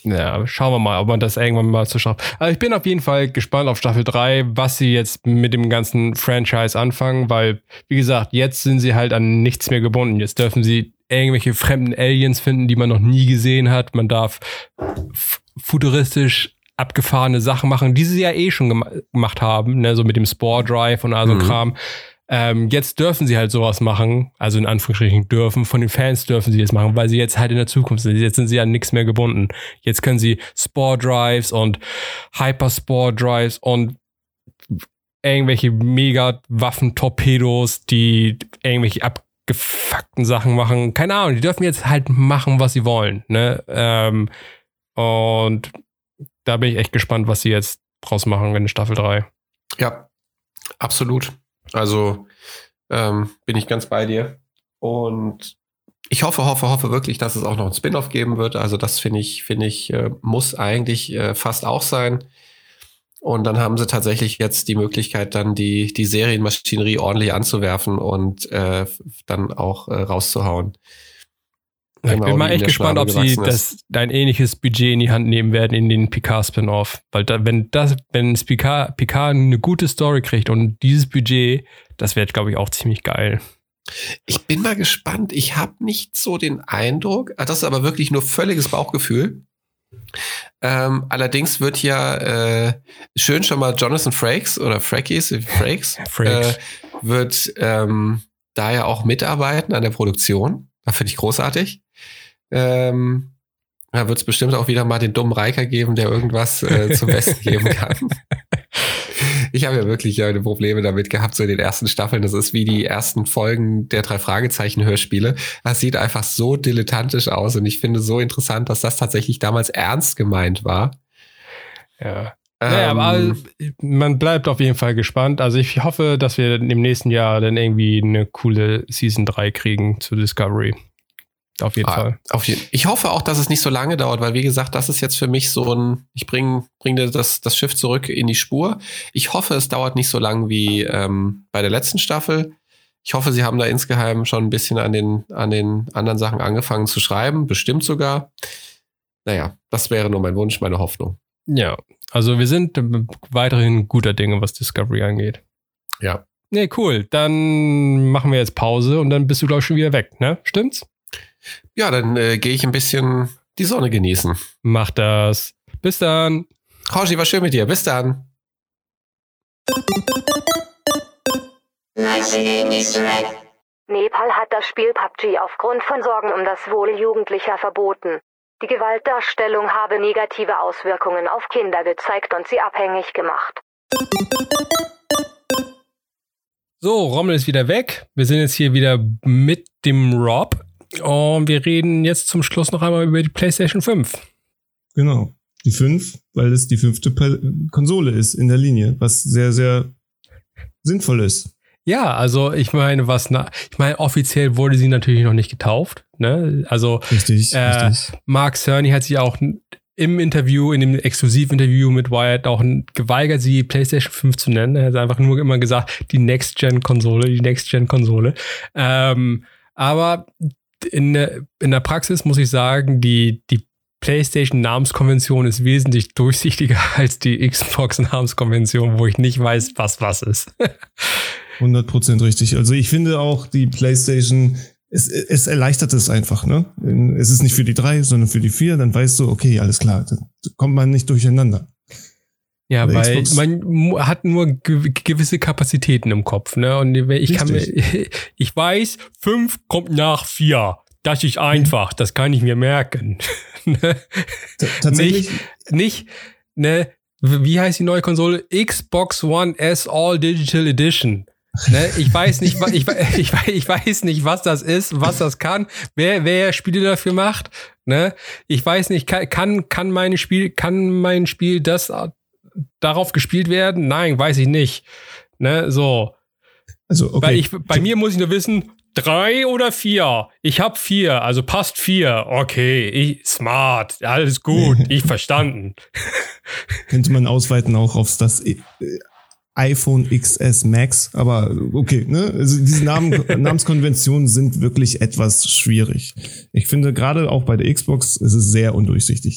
Ja, schauen wir mal, ob man das irgendwann mal zu schaffen. Also ich bin auf jeden Fall gespannt auf Staffel drei, was sie jetzt mit dem ganzen Franchise anfangen, weil, wie gesagt, jetzt sind sie halt an nichts mehr gebunden. Jetzt dürfen sie irgendwelche fremden Aliens finden, die man noch nie gesehen hat. Man darf f- futuristisch abgefahrene Sachen machen, die sie ja eh schon gem- gemacht haben, ne, so mit dem Spore Drive und all so Mhm. Kram. Ähm, jetzt dürfen sie halt sowas machen, also in Anführungsstrichen dürfen, von den Fans dürfen sie jetzt machen, weil sie jetzt halt in der Zukunft sind. Jetzt sind sie an nichts mehr gebunden. Jetzt können sie Spore Drives und Hyper Spore Drives und irgendwelche Mega-Waffen-Torpedos, die irgendwelche abgefuckten Sachen machen. Keine Ahnung, die dürfen jetzt halt machen, was sie wollen. Ne? Ähm, und da bin ich echt gespannt, was sie jetzt draus machen in Staffel drei. Ja, absolut. Also ähm, bin ich ganz bei dir. Und ich hoffe, hoffe, hoffe wirklich, dass es auch noch ein Spin-off geben wird. Also das finde ich, finde ich, äh, muss eigentlich äh, fast auch sein. Und dann haben sie tatsächlich jetzt die Möglichkeit, dann die, die Serienmaschinerie ordentlich anzuwerfen und äh, dann auch äh, rauszuhauen. Ja, ich Genau, bin mal wie in echt der gespannt, ob Schwabe sie gewachsen ist. das ein ähnliches Budget in die Hand nehmen werden in den Picard-Spin-Off. Weil da, wenn das, wenn es Picard, Picard eine gute Story kriegt und dieses Budget, das wird, glaube ich, auch ziemlich geil. Ich bin mal gespannt. Ich habe nicht so den Eindruck, ah, das ist aber wirklich nur völliges Bauchgefühl. Ähm, allerdings wird ja äh, schön schon mal Jonathan Frakes oder Frakes, Frakes, Frakes. Äh, wird ähm, da ja auch mitarbeiten an der Produktion. Da finde ich großartig. Ähm, da wird es bestimmt auch wieder mal den dummen Riker geben, der irgendwas äh, zum Besten geben kann. Ich habe ja wirklich ja Probleme damit gehabt, so in den ersten Staffeln. Das ist wie die ersten Folgen der drei Fragezeichen-Hörspiele. Das sieht einfach so dilettantisch aus und ich finde so interessant, dass das tatsächlich damals ernst gemeint war. Ja. Ähm, Naja, aber man bleibt auf jeden Fall gespannt. Also ich hoffe, dass wir im nächsten Jahr dann irgendwie eine coole Season drei kriegen zu Discovery. Auf jeden ah, Fall. Auf jeden. Ich hoffe auch, dass es nicht so lange dauert, weil wie gesagt, das ist jetzt für mich so ein, ich bringe bring das, das Schiff zurück in die Spur. Ich hoffe, es dauert nicht so lang wie ähm, bei der letzten Staffel. Ich hoffe, sie haben da insgeheim schon ein bisschen an den, an den anderen Sachen angefangen zu schreiben, bestimmt sogar. Naja, das wäre nur mein Wunsch, meine Hoffnung. Ja, also wir sind weiterhin guter Dinge, was Discovery angeht. Ja. Nee, cool. Dann machen wir jetzt Pause und dann bist du, glaube ich, schon wieder weg, ne? Stimmt's? Ja, dann äh, gehe ich ein bisschen die Sonne genießen. Mach das. Bis dann. Hoshi, war schön mit dir. Bis dann. Nepal hat das Spiel P U B G aufgrund von Sorgen um das Wohl Jugendlicher verboten. Die Gewaltdarstellung habe negative Auswirkungen auf Kinder gezeigt und sie abhängig gemacht. So, Rommel ist wieder weg. Wir sind jetzt hier wieder mit dem Rob. Und wir reden jetzt zum Schluss noch einmal über die PlayStation fünf. Genau. Die fünf, weil es die fünfte Pe- Konsole ist in der Linie, was sehr, sehr sinnvoll ist. Ja, also ich meine, was na, ich meine, offiziell wurde sie natürlich noch nicht getauft. Ne? Also Richtig, äh, richtig. Mark Cerny hat sich auch im Interview, in dem Exklusivinterview mit Wired auch geweigert, sie PlayStation fünf zu nennen. Er hat einfach nur immer gesagt, die Next-Gen-Konsole, die Next-Gen-Konsole. Ähm, aber in der, in der Praxis muss ich sagen, die, die PlayStation-Namenskonvention ist wesentlich durchsichtiger als die Xbox-Namenskonvention, wo ich nicht weiß, was was ist. hundert Prozent richtig. Also ich finde auch, die PlayStation, es, es erleichtert es einfach, ne? Es ist nicht für die drei, sondern für die vier, dann weißt du, okay, alles klar, dann kommt man nicht durcheinander. Ja, Oder weil Xbox. man mu- hat nur ge- gewisse Kapazitäten im Kopf, ne? Und ich kann mir, ich weiß, fünf kommt nach vier. Das ist einfach, das kann ich mir merken. T- tatsächlich, Nicht, nicht, ne, wie heißt die neue Konsole? Xbox One S All Digital Edition. Ne, ich weiß nicht, wa- ich, we- ich, we- ich weiß nicht, was das ist, was das kann, wer, wer Spiele dafür macht. Ne, ich weiß nicht, kann, kann, kann meine Spiel, kann mein Spiel das äh, darauf gespielt werden? Nein, weiß ich nicht. Ne, so. also okay. Weil ich, bei mir muss ich nur wissen, drei oder vier? Ich habe vier, also passt vier. Okay, ich, smart, alles gut, ich verstanden. Könnte man ausweiten auch auf das äh, iPhone X S Max, aber okay, ne? Also diese Namen, Namenskonventionen sind wirklich etwas schwierig. Ich finde gerade auch bei der Xbox ist es sehr undurchsichtig.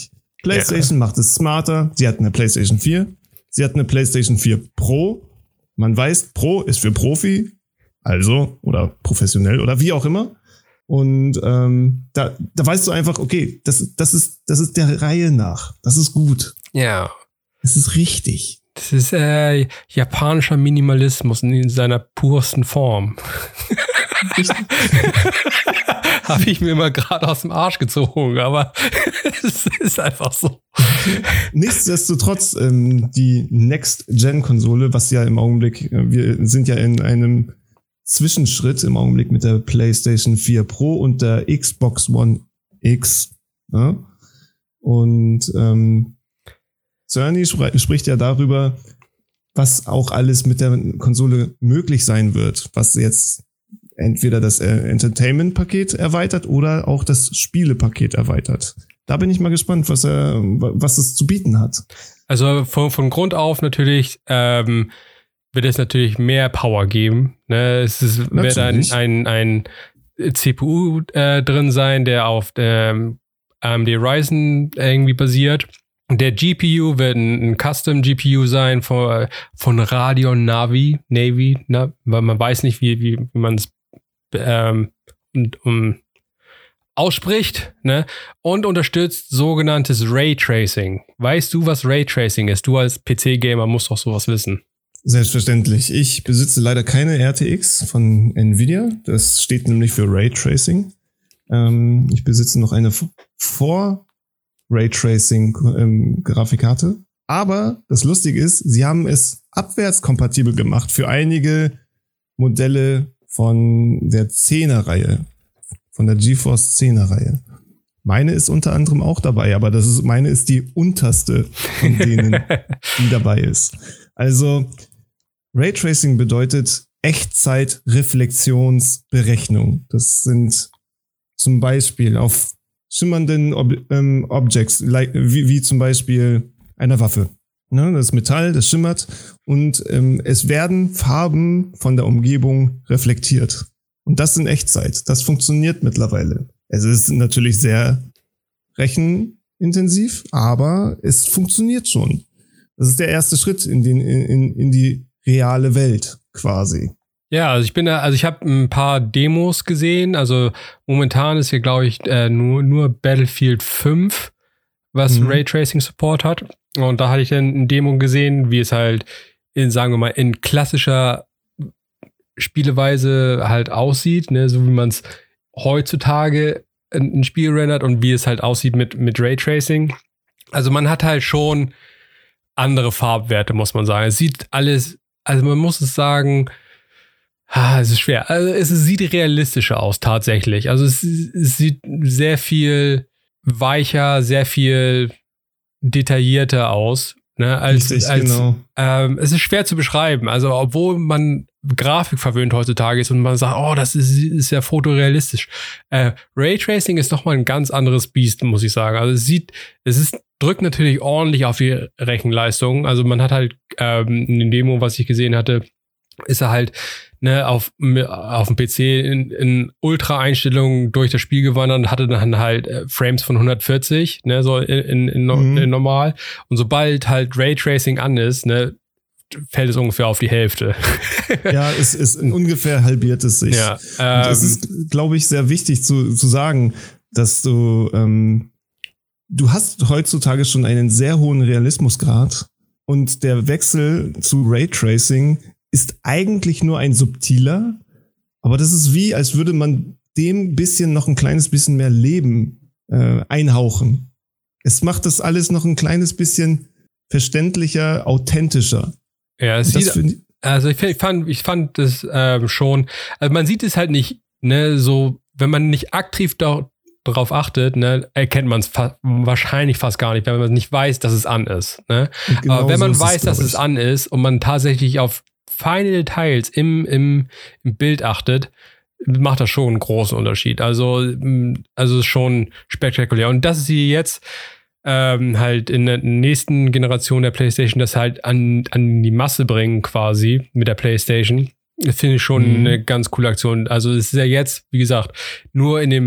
PlayStation ja. macht es smarter. Sie hat eine PlayStation vier. Sie hat eine PlayStation vier Pro. Man weiß, Pro ist für Profi. Also, oder professionell oder wie auch immer. Und ähm, da, da weißt du einfach, okay, das, das, ist, das ist der Reihe nach. Das ist gut. Ja. Das ist richtig. Das ist äh, japanischer Minimalismus in seiner pursten Form. Habe ich mir mal gerade aus dem Arsch gezogen, aber es ist einfach so. Nichtsdestotrotz, ähm, die Next-Gen-Konsole, was ja im Augenblick, äh, wir sind ja in einem Zwischenschritt im Augenblick mit der PlayStation vier Pro und der Xbox One X. Ja? Und ähm, Cerny spr- spricht ja darüber, was auch alles mit der Konsole möglich sein wird, was jetzt entweder das äh, Entertainment-Paket erweitert oder auch das Spiele-Paket erweitert. Da bin ich mal gespannt, was er, was es zu bieten hat. Also von, von Grund auf natürlich ähm, wird es natürlich mehr Power geben. Ne? Es ist, wird ein, ein, ein C P U äh, drin sein, der auf dem A M D Ryzen irgendwie basiert. Der G P U wird ein, ein Custom G P U sein von, von Radeon Navi, Navy, ne? Weil man weiß nicht, wie, wie, wie man es ähm, um, ausspricht, ne? Und unterstützt sogenanntes Raytracing. Weißt du, was Raytracing ist? Du als P C-Gamer musst doch sowas wissen. Selbstverständlich. Ich besitze leider keine R T X von Nvidia. Das steht nämlich für Raytracing. Ähm, ich besitze noch eine vor Raytracing-Grafikkarte. Aber das Lustige ist, sie haben es abwärtskompatibel gemacht für einige Modelle von der zehner-Reihe, von der GeForce zehner-Reihe. Meine ist unter anderem auch dabei, aber das ist, meine ist die unterste von denen, die dabei ist. Also Raytracing bedeutet Echtzeit-Reflexionsberechnung. Das sind zum Beispiel auf schimmernden Ob- ähm, Objects, like, wie, wie zum Beispiel einer Waffe. Ne, das Metall, das schimmert und ähm, es werden Farben von der Umgebung reflektiert. Und das in Echtzeit. Das funktioniert mittlerweile. Es ist natürlich sehr rechenintensiv, aber es funktioniert schon. Das ist der erste Schritt in, den, in, in die reale Welt quasi. Ja, also ich bin da, also ich habe ein paar Demos gesehen. Also momentan ist hier, glaube ich, äh, nur, nur Battlefield fünf, was mhm. Raytracing Support hat. Und da hatte ich dann eine Demo gesehen, wie es halt in, sagen wir mal, in klassischer Spieleweise halt aussieht, ne, so wie man es heutzutage ein Spiel rendert und wie es halt aussieht mit, mit Raytracing. Also man hat halt schon andere Farbwerte, muss man sagen. Es sieht alles, also man muss es sagen, ah, es ist schwer. Also es sieht realistischer aus, tatsächlich. Also es, es sieht sehr viel weicher, sehr viel detaillierter aus. Ne, als, Richtig, als, genau. Ähm, es ist schwer zu beschreiben. Also, obwohl man Grafik verwöhnt heutzutage ist und man sagt, oh, das ist, ist ja fotorealistisch. Äh, Raytracing ist nochmal ein ganz anderes Biest, muss ich sagen. Also, es sieht, es ist, drückt natürlich ordentlich auf die Rechenleistung. Also, man hat halt ähm, in dem Demo, was ich gesehen hatte, ist er halt ne, auf, auf dem P C in, in Ultra-Einstellungen durch das Spiel gewandert und hatte dann halt äh, Frames von hundertvierzig, ne, so in, in, in, mhm. in normal. Und sobald halt Raytracing an ist, ne, fällt es ungefähr auf die Hälfte. Ja, es ist ungefähr halbiert es sich. Ja, ähm, und es ist, glaube ich, sehr wichtig zu, zu sagen, dass du, ähm, du hast heutzutage schon einen sehr hohen Realismusgrad und der Wechsel zu Raytracing ist eigentlich nur ein subtiler, aber das ist wie, als würde man dem bisschen noch ein kleines bisschen mehr Leben äh, einhauchen. Es macht das alles noch ein kleines bisschen verständlicher, authentischer. Ja, es sieht, also ich, ich fand, ich fand das ähm, schon, also man sieht es halt nicht, ne, so, wenn man nicht aktiv da, darauf achtet, ne, erkennt man es fa- wahrscheinlich fast gar nicht, wenn man nicht weiß, dass es an ist. Ne? Genau, aber wenn man so weiß, es, dass es an ist und man tatsächlich auf feine Details im, im, im Bild achtet, macht das schon einen großen Unterschied. Also, also schon spektakulär. Und dass sie jetzt ähm, halt in der nächsten Generation der PlayStation das halt an, an die Masse bringen quasi mit der PlayStation, finde ich schon mhm. eine ganz coole Aktion. Also es ist ja jetzt, wie gesagt, nur in dem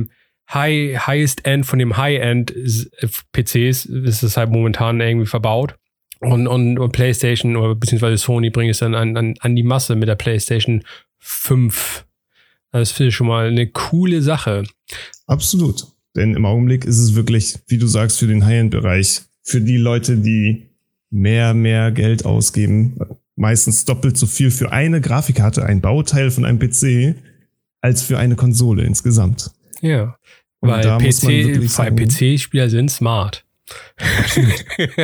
High, Highest End von dem High-End-P Cs ist es halt momentan irgendwie verbaut. Und, und, und PlayStation oder beziehungsweise Sony bringt es dann an, an, an die Masse mit der PlayStation fünf. Das finde ich schon mal eine coole Sache. Absolut. Denn im Augenblick ist es wirklich, wie du sagst, für den High-End-Bereich, für die Leute, die mehr, mehr Geld ausgeben, meistens doppelt so viel für eine Grafikkarte, ein Bauteil von einem P C, als für eine Konsole insgesamt. Ja, und weil P C, P C-Spieler sind smart. Absolut.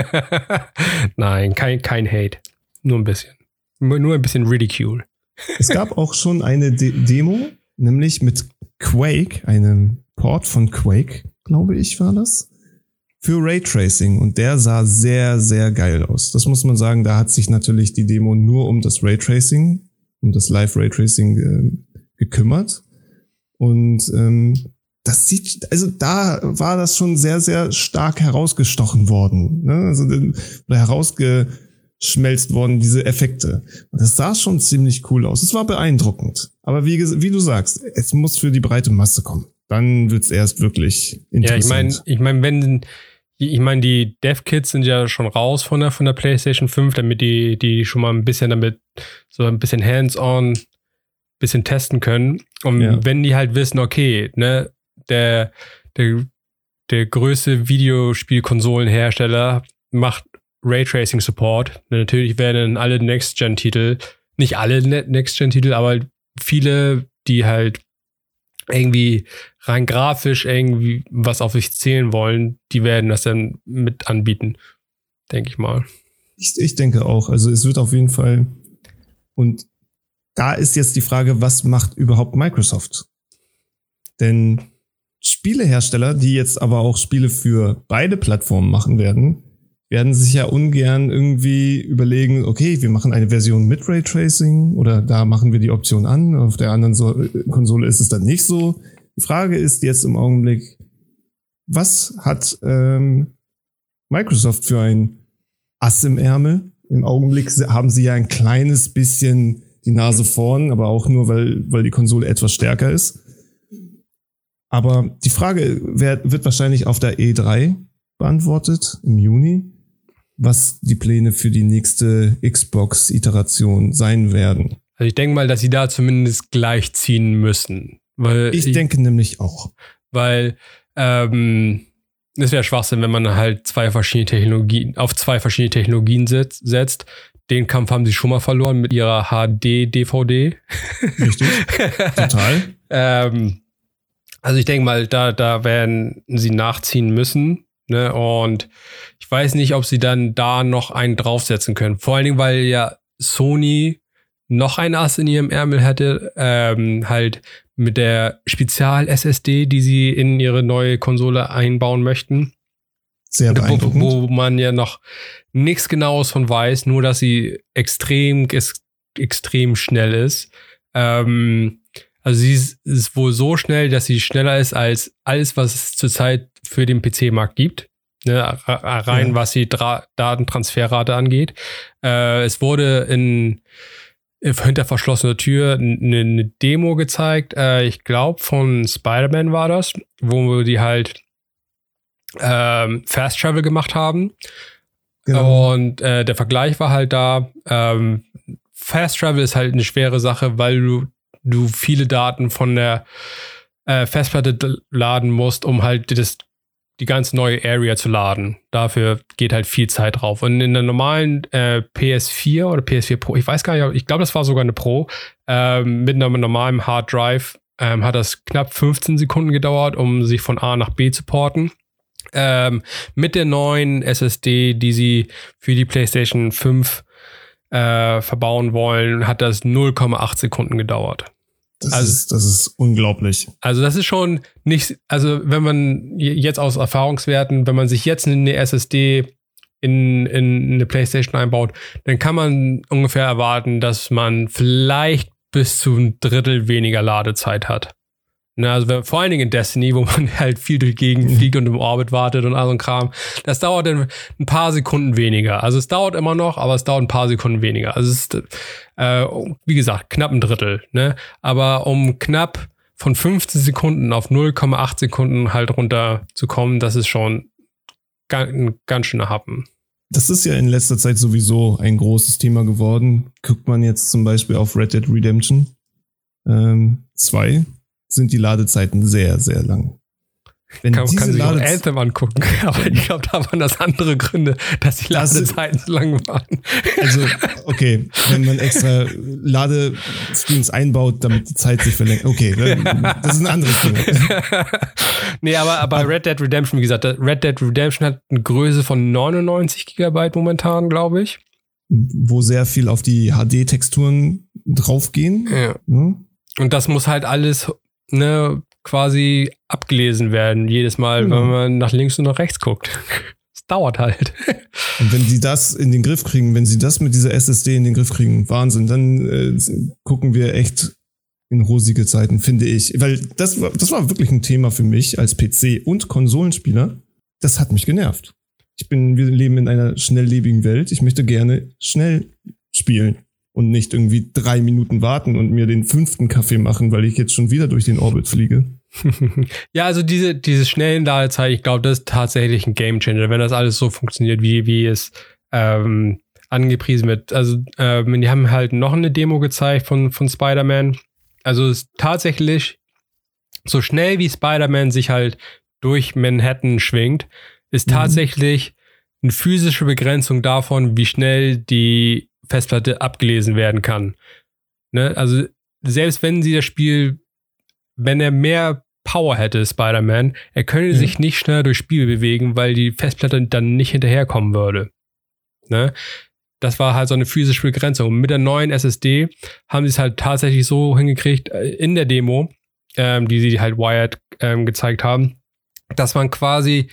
Nein, kein, kein Hate. Nur ein bisschen. Nur ein bisschen Ridicule. Es gab auch schon eine De- Demo, nämlich mit Quake, einem Port von Quake, glaube ich, war das, für Raytracing. Und der sah sehr, sehr geil aus. Das muss man sagen, da hat sich natürlich die Demo nur um das Raytracing, um das Live-Raytracing äh, gekümmert. Und ähm, das sieht, also da war das schon sehr, sehr stark herausgestochen worden, ne? Also oder herausgeschmelzt worden, diese Effekte. Und das sah schon ziemlich cool aus. Es war beeindruckend. Aber wie, wie du sagst, es muss für die breite Masse kommen. Dann wird's erst wirklich interessant. Ja, ich meine, ich meine, wenn, ich meine, die Dev-Kits sind ja schon raus von der, von der PlayStation fünf, damit die, die schon mal ein bisschen damit, so ein bisschen hands-on, bisschen testen können. Und ja. wenn die halt wissen, okay, ne, der, der, der größte Videospielkonsolenhersteller macht Raytracing-Support. Natürlich werden alle Next-Gen-Titel, nicht alle Next-Gen-Titel, aber viele, die halt irgendwie rein grafisch irgendwie was auf sich zählen wollen, die werden das dann mit anbieten, denke ich mal. Ich, ich denke auch. Also es wird auf jeden Fall, und da ist jetzt die Frage, was macht überhaupt Microsoft? Denn Spielehersteller, die jetzt aber auch Spiele für beide Plattformen machen werden, werden sich ja ungern irgendwie überlegen, okay, wir machen eine Version mit Raytracing oder da machen wir die Option an, auf der anderen so- Konsole ist es dann nicht so. Die Frage ist jetzt im Augenblick, was hat ähm, Microsoft für ein Ass im Ärmel? Im Augenblick haben sie ja ein kleines bisschen die Nase vorn, aber auch nur, weil, weil die Konsole etwas stärker ist. Aber die Frage wird, wird wahrscheinlich auf der E drei beantwortet im Juni, was die Pläne für die nächste Xbox-Iteration sein werden. Also ich denke mal, dass sie da zumindest gleichziehen müssen. Weil ich, ich denke nämlich auch. Weil ähm, es wäre Schwachsinn, wenn man halt zwei verschiedene Technologien, auf zwei verschiedene Technologien setz, setzt. Den Kampf haben sie schon mal verloren mit ihrer H D-D V D. Richtig, total. ähm, also ich denke mal, da, da werden sie nachziehen müssen. Ne? Und ich weiß nicht, ob sie dann da noch einen draufsetzen können. Vor allen Dingen, weil ja Sony noch ein Ass in ihrem Ärmel hätte, ähm, halt mit der Spezial-S S D, die sie in ihre neue Konsole einbauen möchten. Sehr beeindruckend. Wo, wo man ja noch nichts Genaues von weiß, nur dass sie extrem, ex, extrem schnell ist. Ähm, also sie ist, ist wohl so schnell, dass sie schneller ist als alles, was es zurzeit für den P C-Markt gibt. Ne, rein, ja. was die Dra- Datentransferrate angeht. Äh, es wurde in hinter verschlossener Tür eine, eine Demo gezeigt. Äh, ich glaube, von Spider-Man war das, wo die halt ähm, Fast Travel gemacht haben. Genau. Und äh, der Vergleich war halt da, ähm, Fast Travel ist halt eine schwere Sache, weil du, du viele Daten von der äh, Festplatte laden musst, um halt das die ganze neue Area zu laden. Dafür geht halt viel Zeit drauf. Und in der normalen äh, P S vier oder P S vier Pro, ich weiß gar nicht, ich glaube, das war sogar eine Pro, ähm, mit einem normalen Hard Drive ähm, hat das knapp fünfzehn Sekunden gedauert, um sich von A nach B zu porten. Ähm, mit der neuen S S D, die sie für die PlayStation fünf äh, verbauen wollen, hat das null Komma acht Sekunden gedauert. Das, also, ist, das ist unglaublich. Also das ist schon nicht, also wenn man jetzt aus Erfahrungswerten, wenn man sich jetzt eine S S D in, in eine PlayStation einbaut, dann kann man ungefähr erwarten, dass man vielleicht bis zu ein Drittel weniger Ladezeit hat. Na, also wenn, vor allen Dingen in Destiny, wo man halt viel durch die Gegend fliegt und im Orbit wartet und all so ein Kram, das dauert dann ein paar Sekunden weniger. Also es dauert immer noch, aber es dauert ein paar Sekunden weniger. Also es ist, äh, wie gesagt, knapp ein Drittel. Ne? Aber um knapp von fünfzehn Sekunden auf null Komma acht Sekunden halt runterzukommen, das ist schon ein ganz schöner Happen. Das ist ja in letzter Zeit sowieso ein großes Thema geworden. Guckt man jetzt zum Beispiel auf Red Dead Redemption ähm, zwei, sind die Ladezeiten sehr, sehr lang. Wenn kann, diese kann sich auch Ladez- Anthem angucken, aber ich glaube, da waren das andere Gründe, dass die Ladezeiten so lang waren. Also, okay, wenn man extra Ladescreens einbaut, damit die Zeit sich verlängert. Okay, das ist ein anderes Thema. Nee, aber bei Red Dead Redemption, wie gesagt, Red Dead Redemption hat eine Größe von neunundneunzig Gigabyte momentan, glaube ich. Wo sehr viel auf die H D-Texturen draufgehen. Ja. Ja. Und das muss halt alles, ne, quasi abgelesen werden, jedes Mal, mhm. wenn man nach links und nach rechts guckt. Es dauert halt. Und wenn sie das in den Griff kriegen, wenn sie das mit dieser S S D in den Griff kriegen, Wahnsinn, dann äh, gucken wir echt in rosige Zeiten, finde ich. Weil das war, das war wirklich ein Thema für mich als P C- und Konsolenspieler. Das hat mich genervt. Ich bin, wir leben in einer schnelllebigen Welt. Ich möchte gerne schnell spielen. Und nicht irgendwie drei Minuten warten und mir den fünften Kaffee machen, weil ich jetzt schon wieder durch den Orbit fliege. Ja, also diese, diese schnellen Ladezeiten, ich glaube, das ist tatsächlich ein Gamechanger, wenn das alles so funktioniert, wie, wie es ähm, angepriesen wird. Also ähm, die haben halt noch eine Demo gezeigt von, von Spider-Man. Also es ist tatsächlich so schnell wie Spider-Man sich halt durch Manhattan schwingt, ist tatsächlich mhm. eine physische Begrenzung davon, wie schnell die Festplatte abgelesen werden kann. Ne? Also selbst wenn sie das Spiel, wenn er mehr Power hätte, Spider-Man, er könnte ja. sich nicht schneller durchs Spiel bewegen, weil die Festplatte dann nicht hinterherkommen würde. Ne? Das war halt so eine physische Begrenzung. Und mit der neuen S S D haben sie es halt tatsächlich so hingekriegt, in der Demo, ähm, die sie halt Wired ähm, gezeigt haben, dass man quasi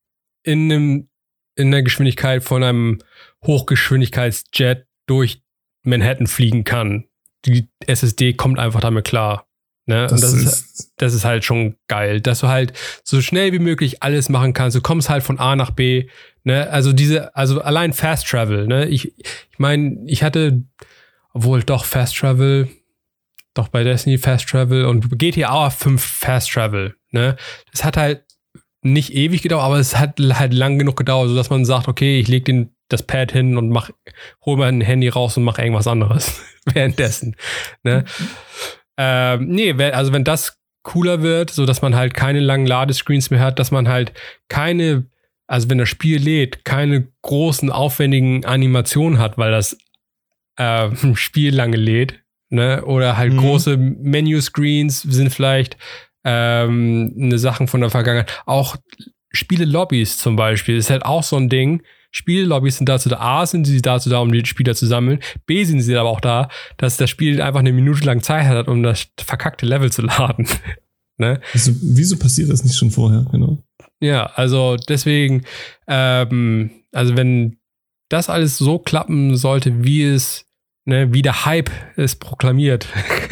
in einem in der Geschwindigkeit von einem Hochgeschwindigkeitsjet durch Manhattan fliegen kann. Die S S D kommt einfach damit klar. Ne? Das, und das, ist, ist, das ist halt schon geil, dass du halt so schnell wie möglich alles machen kannst. Du kommst halt von A nach B. Ne? Also diese, also allein Fast Travel. Ne? Ich, ich meine, ich hatte, obwohl doch Fast Travel, doch bei Destiny Fast Travel und G T A fünf Fast Travel. Ne? Das hat halt nicht ewig gedauert, aber es hat halt lang genug gedauert, sodass man sagt, okay, ich leg den das Pad hin und mach, hol mein Handy raus und mach irgendwas anderes währenddessen. Ne? Ähm, nee, also wenn das cooler wird, so dass man halt keine langen Ladescreens mehr hat, dass man halt keine, also wenn das Spiel lädt, keine großen, aufwendigen Animationen hat, weil das äh, Spiel lange lädt, ne? Oder halt mhm. große Menü-Screens sind vielleicht ähm, eine Sachen von der Vergangenheit. Auch Spiele-Lobbys zum Beispiel ist halt auch so ein Ding. Spiellobbys sind dazu da, A, sind sie dazu da, um die Spieler zu sammeln, B, sind sie aber auch da, dass das Spiel einfach eine Minute lang Zeit hat, um das verkackte Level zu laden. Ne? Also, wieso passiert das nicht schon vorher, genau? Ja, also deswegen, ähm, also wenn das alles so klappen sollte, wie es, ne, wie der Hype es proklamiert,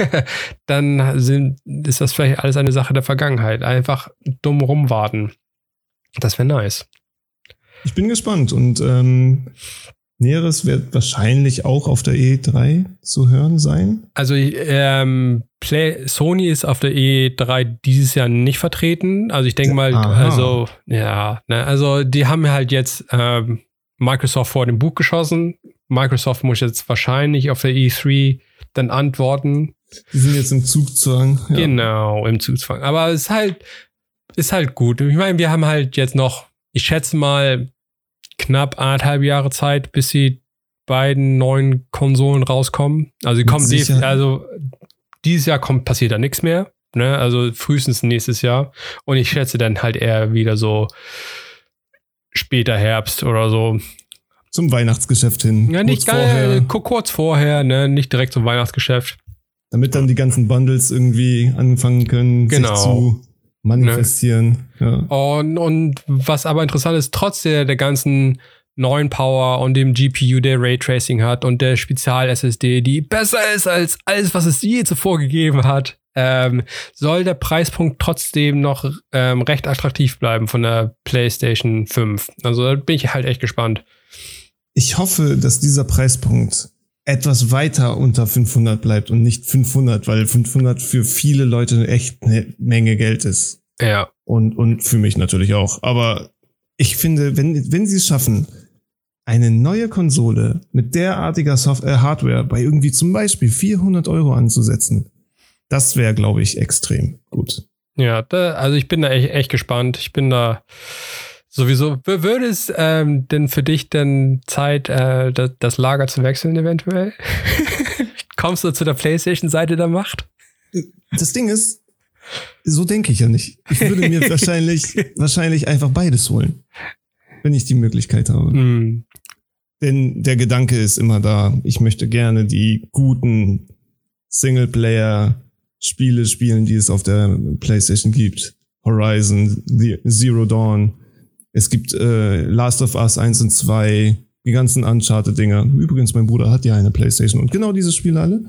dann sind, ist das vielleicht alles eine Sache der Vergangenheit. Einfach dumm rumwarten. Das wäre nice. Ich bin gespannt und ähm, Näheres wird wahrscheinlich auch auf der E drei zu hören sein. Also ähm, Play, Sony ist auf der E drei dieses Jahr nicht vertreten. Also ich denke mal, Aha. also ja, ne, also die haben halt jetzt ähm, Microsoft vor dem Bug geschossen. Microsoft muss jetzt wahrscheinlich auf der E drei dann antworten. Die sind jetzt im Zugzwang. Ja. Genau, im Zugzwang. Aber es ist halt, ist halt gut. Ich meine, wir haben halt jetzt noch, ich schätze mal, knapp anderthalb Jahre Zeit, bis die beiden neuen Konsolen rauskommen. Also sie kommen, def- also dieses Jahr kommt, passiert da nichts mehr. Ne? Also frühestens nächstes Jahr. Und ich schätze dann halt eher wieder so später Herbst oder so. Zum Weihnachtsgeschäft hin. Ja, nicht kurz vorher. kurz vorher, ne? Nicht direkt zum Weihnachtsgeschäft. Damit dann die ganzen Bundles irgendwie anfangen können, genau. sich zu manifestieren. Ne? Ja. Und, und was aber interessant ist, trotz der, der ganzen neuen Power und dem G P U, der Raytracing hat und der Spezial-S S D, die besser ist als alles, was es je zuvor gegeben hat, ähm, soll der Preispunkt trotzdem noch ähm, recht attraktiv bleiben von der PlayStation fünf. Also da bin ich halt echt gespannt. Ich hoffe, dass dieser Preispunkt etwas weiter unter fünfhundert bleibt und nicht fünfhundert, weil fünfhundert für viele Leute echt eine Menge Geld ist. Ja. Und, und für mich natürlich auch. Aber ich finde, wenn, wenn sie es schaffen, eine neue Konsole mit derartiger Software, äh, Hardware bei irgendwie zum Beispiel vierhundert Euro anzusetzen, das wäre, glaube ich, extrem gut. Ja, da, also ich bin da echt, echt gespannt. Ich bin da sowieso. Würde es ähm, denn für dich denn Zeit, äh, das, das Lager zu wechseln eventuell? Kommst du zu der PlayStation-Seite der Macht? Das Ding ist, so denke ich ja nicht. Ich würde mir wahrscheinlich, wahrscheinlich einfach beides holen, wenn ich die Möglichkeit habe. Mm. Denn der Gedanke ist immer da, ich möchte gerne die guten Singleplayer-Spiele spielen, die es auf der PlayStation gibt. Horizon, The Zero Dawn. Es gibt äh, Last of Us eins und zwei, die ganzen Uncharted-Dinger. Übrigens, mein Bruder hat ja eine PlayStation und genau diese Spiele alle.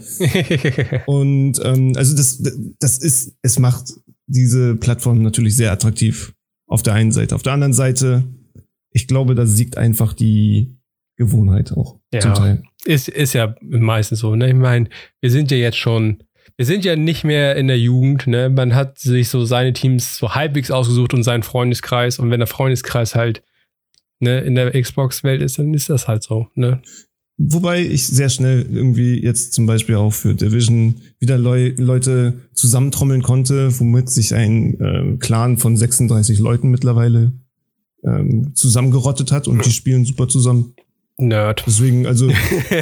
Und ähm, also das, das ist, es macht diese Plattform natürlich sehr attraktiv. Auf der einen Seite. Auf der anderen Seite, ich glaube, da siegt einfach die Gewohnheit auch. Ja, zum Teil. Ist, ist ja meistens so. Ne? Ich meine, wir sind ja jetzt schon, wir sind ja nicht mehr in der Jugend. Ne? Man hat sich so seine Teams so halbwegs ausgesucht und seinen Freundeskreis. Und wenn der Freundeskreis halt ne, in der Xbox-Welt ist, dann ist das halt so. Ne? Wobei ich sehr schnell irgendwie jetzt zum Beispiel auch für Division wieder Leu- Leute zusammentrommeln konnte, womit sich ein äh, Clan von sechsunddreißig Leuten mittlerweile ähm, zusammengerottet hat und die spielen super zusammen. Nerd. Deswegen, also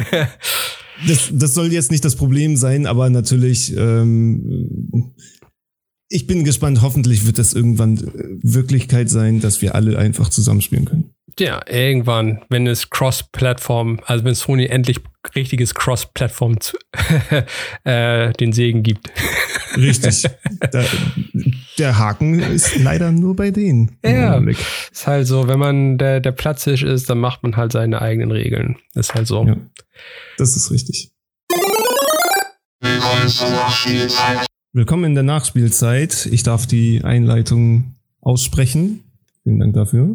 das, das soll jetzt nicht das Problem sein, aber natürlich ähm, ich bin gespannt, hoffentlich wird das irgendwann Wirklichkeit sein, dass wir alle einfach zusammenspielen können. Ja, irgendwann, wenn es Cross-Plattform, also wenn Sony endlich richtiges Cross-Plattform äh, den Segen gibt. Richtig. Da, der Haken ist leider nur bei denen. Ja, ist halt so, wenn man der, der Platzhirsch ist, dann macht man halt seine eigenen Regeln. Ist halt so. Ja, das ist richtig. Willkommen in der Nachspielzeit. Ich darf die Einleitung aussprechen. Vielen Dank dafür.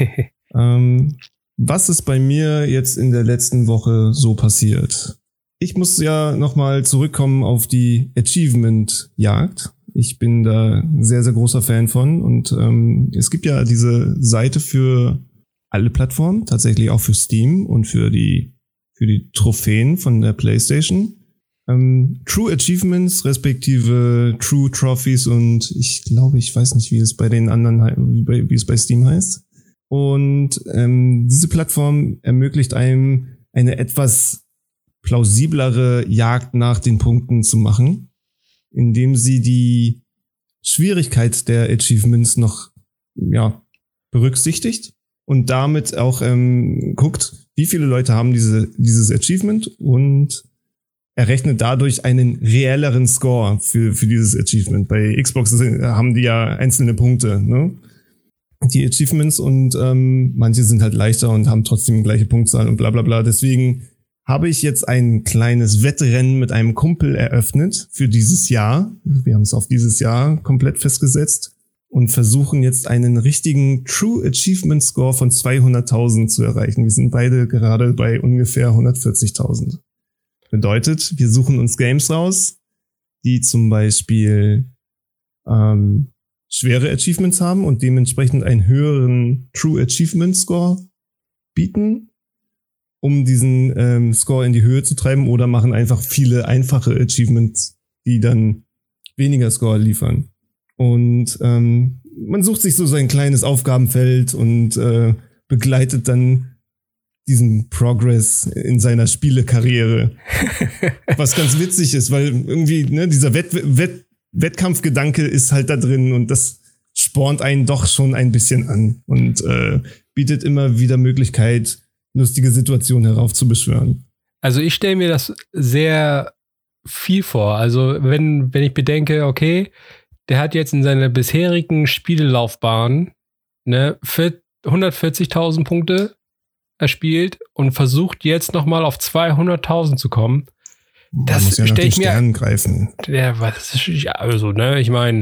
ähm, was ist bei mir jetzt in der letzten Woche so passiert? Ich muss ja nochmal zurückkommen auf die Achievement-Jagd. Ich bin da sehr, sehr großer Fan von. Und ähm, es gibt ja diese Seite für alle Plattformen, tatsächlich auch für Steam und für die, für die Trophäen von der PlayStation. Ähm, True Achievements respektive True Trophies und ich glaube, ich weiß nicht, wie es bei den anderen, wie, bei, wie es bei Steam heißt. Und ähm, diese Plattform ermöglicht einem eine etwas plausiblere Jagd nach den Punkten zu machen, indem sie die Schwierigkeit der Achievements noch ja berücksichtigt und damit auch ähm, guckt, wie viele Leute haben diese dieses Achievement und errechnet dadurch einen reelleren Score für für dieses Achievement. Bei Xbox haben die ja einzelne Punkte, ne? Die Achievements und ähm, manche sind halt leichter und haben trotzdem die gleiche Punktzahl und bla bla bla. Deswegen habe ich jetzt ein kleines Wettrennen mit einem Kumpel eröffnet für dieses Jahr. Wir haben es auf dieses Jahr komplett festgesetzt und versuchen jetzt einen richtigen True Achievement Score von zweihunderttausend zu erreichen. Wir sind beide gerade bei ungefähr hundertvierzigtausend. Bedeutet, wir suchen uns Games raus, die zum Beispiel ähm, schwere Achievements haben und dementsprechend einen höheren True Achievement Score bieten, um diesen ähm, Score in die Höhe zu treiben, oder machen einfach viele einfache Achievements, die dann weniger Score liefern. Und ähm, man sucht sich so sein kleines Aufgabenfeld und äh, begleitet dann diesen Progress in seiner Spielekarriere. Was ganz witzig ist, weil irgendwie ne, dieser Wett- Wett- Wettkampfgedanke ist halt da drin und das spornt einen doch schon ein bisschen an und äh, bietet immer wieder Möglichkeit, lustige Situationen heraufzubeschwören. Also ich stelle mir das sehr viel vor. Also wenn, wenn ich bedenke, okay, der hat jetzt in seiner bisherigen Spielelaufbahn ne, hundertvierzigtausend Punkte erspielt und versucht jetzt nochmal auf zweihunderttausend zu kommen. Das muss ja nach stelle den ich mir Sternen greifen. Ja, was ist, ja, also, ne, ich meine,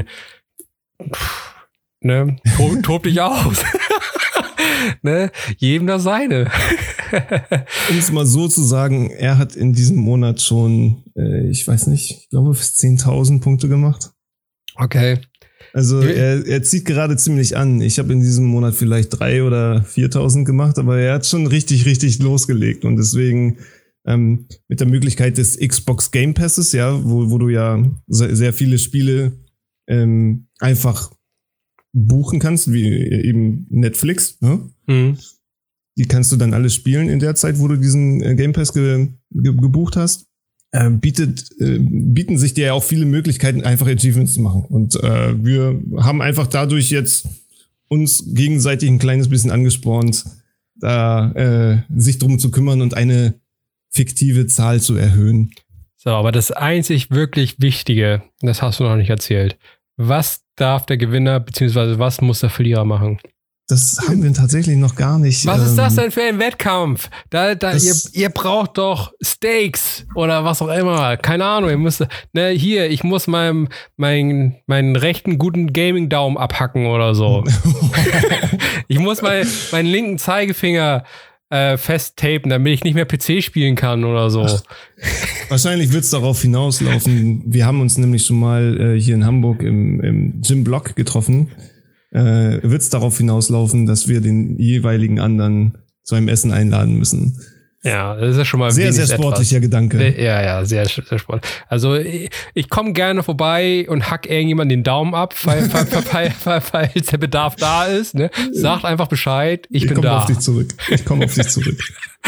ne, tob, tob dich aus. Ne, jedem das seine. Um es mal so zu sagen, er hat in diesem Monat schon, äh, ich weiß nicht, ich glaube zehntausend Punkte gemacht. Okay. Also er, er zieht gerade ziemlich an. Ich habe in diesem Monat vielleicht drei oder viertausend gemacht, aber er hat schon richtig, richtig losgelegt. Und deswegen ähm, mit der Möglichkeit des Xbox Game Passes, ja, wo, wo du ja sehr, sehr viele Spiele ähm, einfach buchen kannst, wie eben Netflix, ne? Mhm. Die kannst du dann alle spielen in der Zeit, wo du diesen äh, Game Pass ge, ge, gebucht hast. Äh, bietet, äh, bieten sich dir ja auch viele Möglichkeiten, einfach Achievements zu machen. Und äh, wir haben einfach dadurch jetzt uns gegenseitig ein kleines bisschen angespornt, da äh, sich drum zu kümmern und eine fiktive Zahl zu erhöhen. So, aber das einzig wirklich Wichtige, das hast du noch nicht erzählt. Was darf der Gewinner, beziehungsweise was muss der Verlierer machen? Das haben wir tatsächlich noch gar nicht. Was ist ähm, das denn für ein Wettkampf? Da, da, ihr, ihr braucht doch Steaks oder was auch immer. Keine Ahnung. Ihr müsst, ne, hier, ich muss meinem, meinen, meinen rechten guten Gaming-Daumen abhacken oder so. Ich muss mal meinen linken Zeigefinger äh, festtapen, damit ich nicht mehr P C spielen kann oder so. Ach, wahrscheinlich wird es darauf hinauslaufen. Wir haben uns nämlich schon mal äh, hier in Hamburg im, im Jim Block getroffen. Äh, wird es darauf hinauslaufen, dass wir den jeweiligen anderen zu einem Essen einladen müssen. Ja, das ist ja schon mal sehr, sehr sportlicher etwas. Gedanke. Ja, ja, sehr, sehr sportlich. Also ich, ich komme gerne vorbei und hack irgendjemand den Daumen ab, falls, falls der Bedarf da ist. Ne? Sagt einfach Bescheid, ich, ich bin da. Ich komme auf dich zurück. Ich komme auf dich zurück.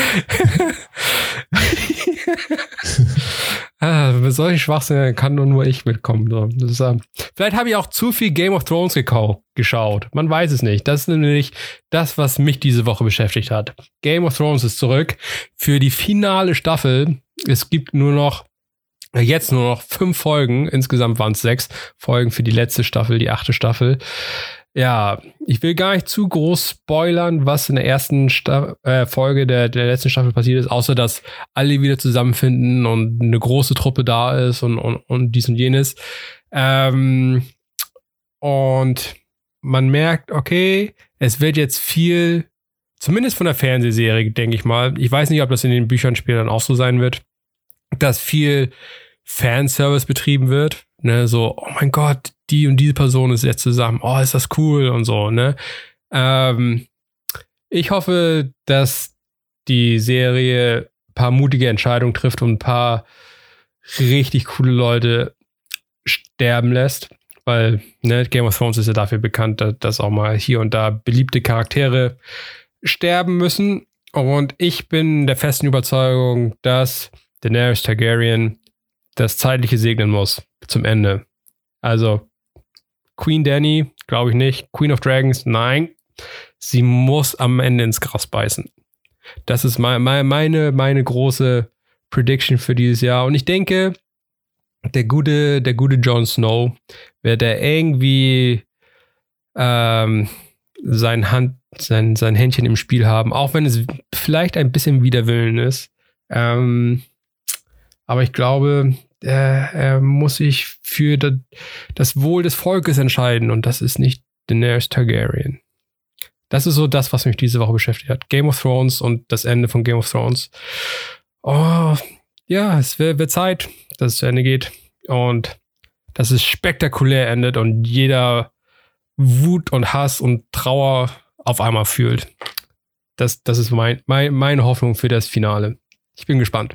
Ah, mit solchen Schwachsinn kann nur, nur ich mitkommen. So. Das ist, äh, vielleicht habe ich auch zu viel Game of Thrones gekau- geschaut. Man weiß es nicht. Das ist nämlich das, was mich diese Woche beschäftigt hat. Game of Thrones ist zurück für die finale Staffel. Es gibt nur noch, jetzt nur noch fünf Folgen. Insgesamt waren es sechs Folgen für die letzte Staffel, die achte Staffel. Ja, ich will gar nicht zu groß spoilern, was in der ersten Sta- äh, Folge der, der letzten Staffel passiert ist, außer dass alle wieder zusammenfinden und eine große Truppe da ist und, und, und dies und jenes. Ähm, und man merkt, okay, es wird jetzt viel, zumindest von der Fernsehserie, denke ich mal. Ich weiß nicht, ob das in den Büchern später dann auch so sein wird, dass viel Fanservice betrieben wird. Ne, so, oh mein Gott, die und diese Person ist jetzt zusammen. Oh, ist das cool und so, ne? Ähm, ich hoffe, dass die Serie ein paar mutige Entscheidungen trifft und ein paar richtig coole Leute sterben lässt. Weil, ne, Game of Thrones ist ja dafür bekannt, dass auch mal hier und da beliebte Charaktere sterben müssen. Und ich bin der festen Überzeugung, dass Daenerys Targaryen das Zeitliche segnen muss zum Ende. Also Queen Dany, glaube ich nicht. Queen of Dragons, nein. Sie muss am Ende ins Gras beißen. Das ist meine, meine, meine große Prediction für dieses Jahr. Und ich denke, der gute, der gute Jon Snow wird er irgendwie ähm, sein, Hand, sein, sein Händchen im Spiel haben, auch wenn es vielleicht ein bisschen wider Willen ist. Ähm, aber ich glaube, er, er muss sich für das, das Wohl des Volkes entscheiden und das ist nicht Daenerys Targaryen. Das ist so das, was mich diese Woche beschäftigt hat. Game of Thrones und das Ende von Game of Thrones. Oh, ja, es wird, wird Zeit, dass es zu Ende geht und dass es spektakulär endet und jeder Wut und Hass und Trauer auf einmal fühlt. Das, das ist mein, mein, meine Hoffnung für das Finale. Ich bin gespannt.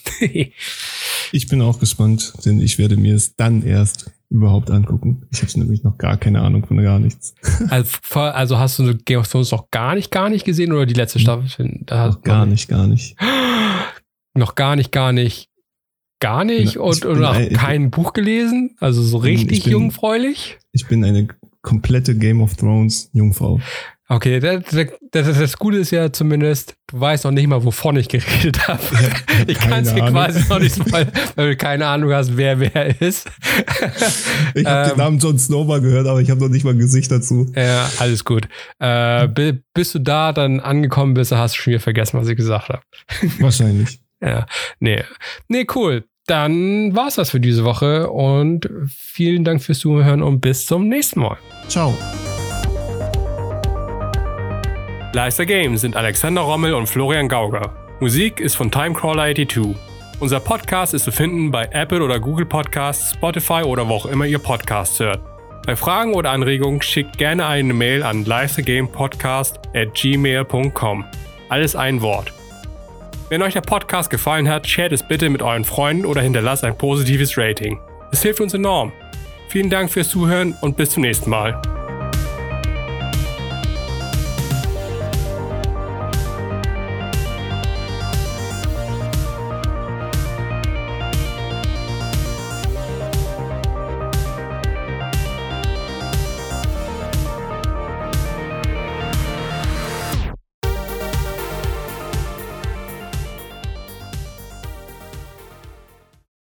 Ich bin auch gespannt, denn ich werde mir es dann erst überhaupt angucken. Ich habe nämlich noch gar keine Ahnung von gar nichts. Also, also hast du Game of Thrones noch gar nicht, gar nicht gesehen oder die letzte Staffel? Da noch gar nicht, gar nicht. Noch gar nicht, gar nicht, gar nicht und oder auch kein Buch gelesen? Also so richtig bin, jungfräulich? Ich bin eine komplette Game of Thrones Jungfrau. Okay, das, das, das Gute ist ja zumindest, du weißt noch nicht mal, wovon ich geredet habe. Ich, ich kann es dir quasi noch nicht spoilern, weil du keine Ahnung hast, wer wer ist. Ich habe ähm, den Namen Jon Snow mal gehört, aber ich habe noch nicht mal ein Gesicht dazu. Ja, alles gut. Äh, bis du da dann angekommen bist, hast du schon wieder vergessen, was ich gesagt habe. Wahrscheinlich. Ja, nee. Nee, cool. Dann war's das für diese Woche und vielen Dank fürs Zuhören und bis zum nächsten Mal. Ciao. Live the Game sind Alexander Rommel und Florian Gauger. Musik ist von Timecrawler zweiundachtzig. Unser Podcast ist zu finden bei Apple oder Google Podcasts, Spotify oder wo auch immer ihr Podcasts hört. Bei Fragen oder Anregungen schickt gerne eine Mail an livethegamepodcast at gmail punkt com. Alles ein Wort. Wenn euch der Podcast gefallen hat, shared es bitte mit euren Freunden oder hinterlasst ein positives Rating. Es hilft uns enorm. Vielen Dank fürs Zuhören und bis zum nächsten Mal.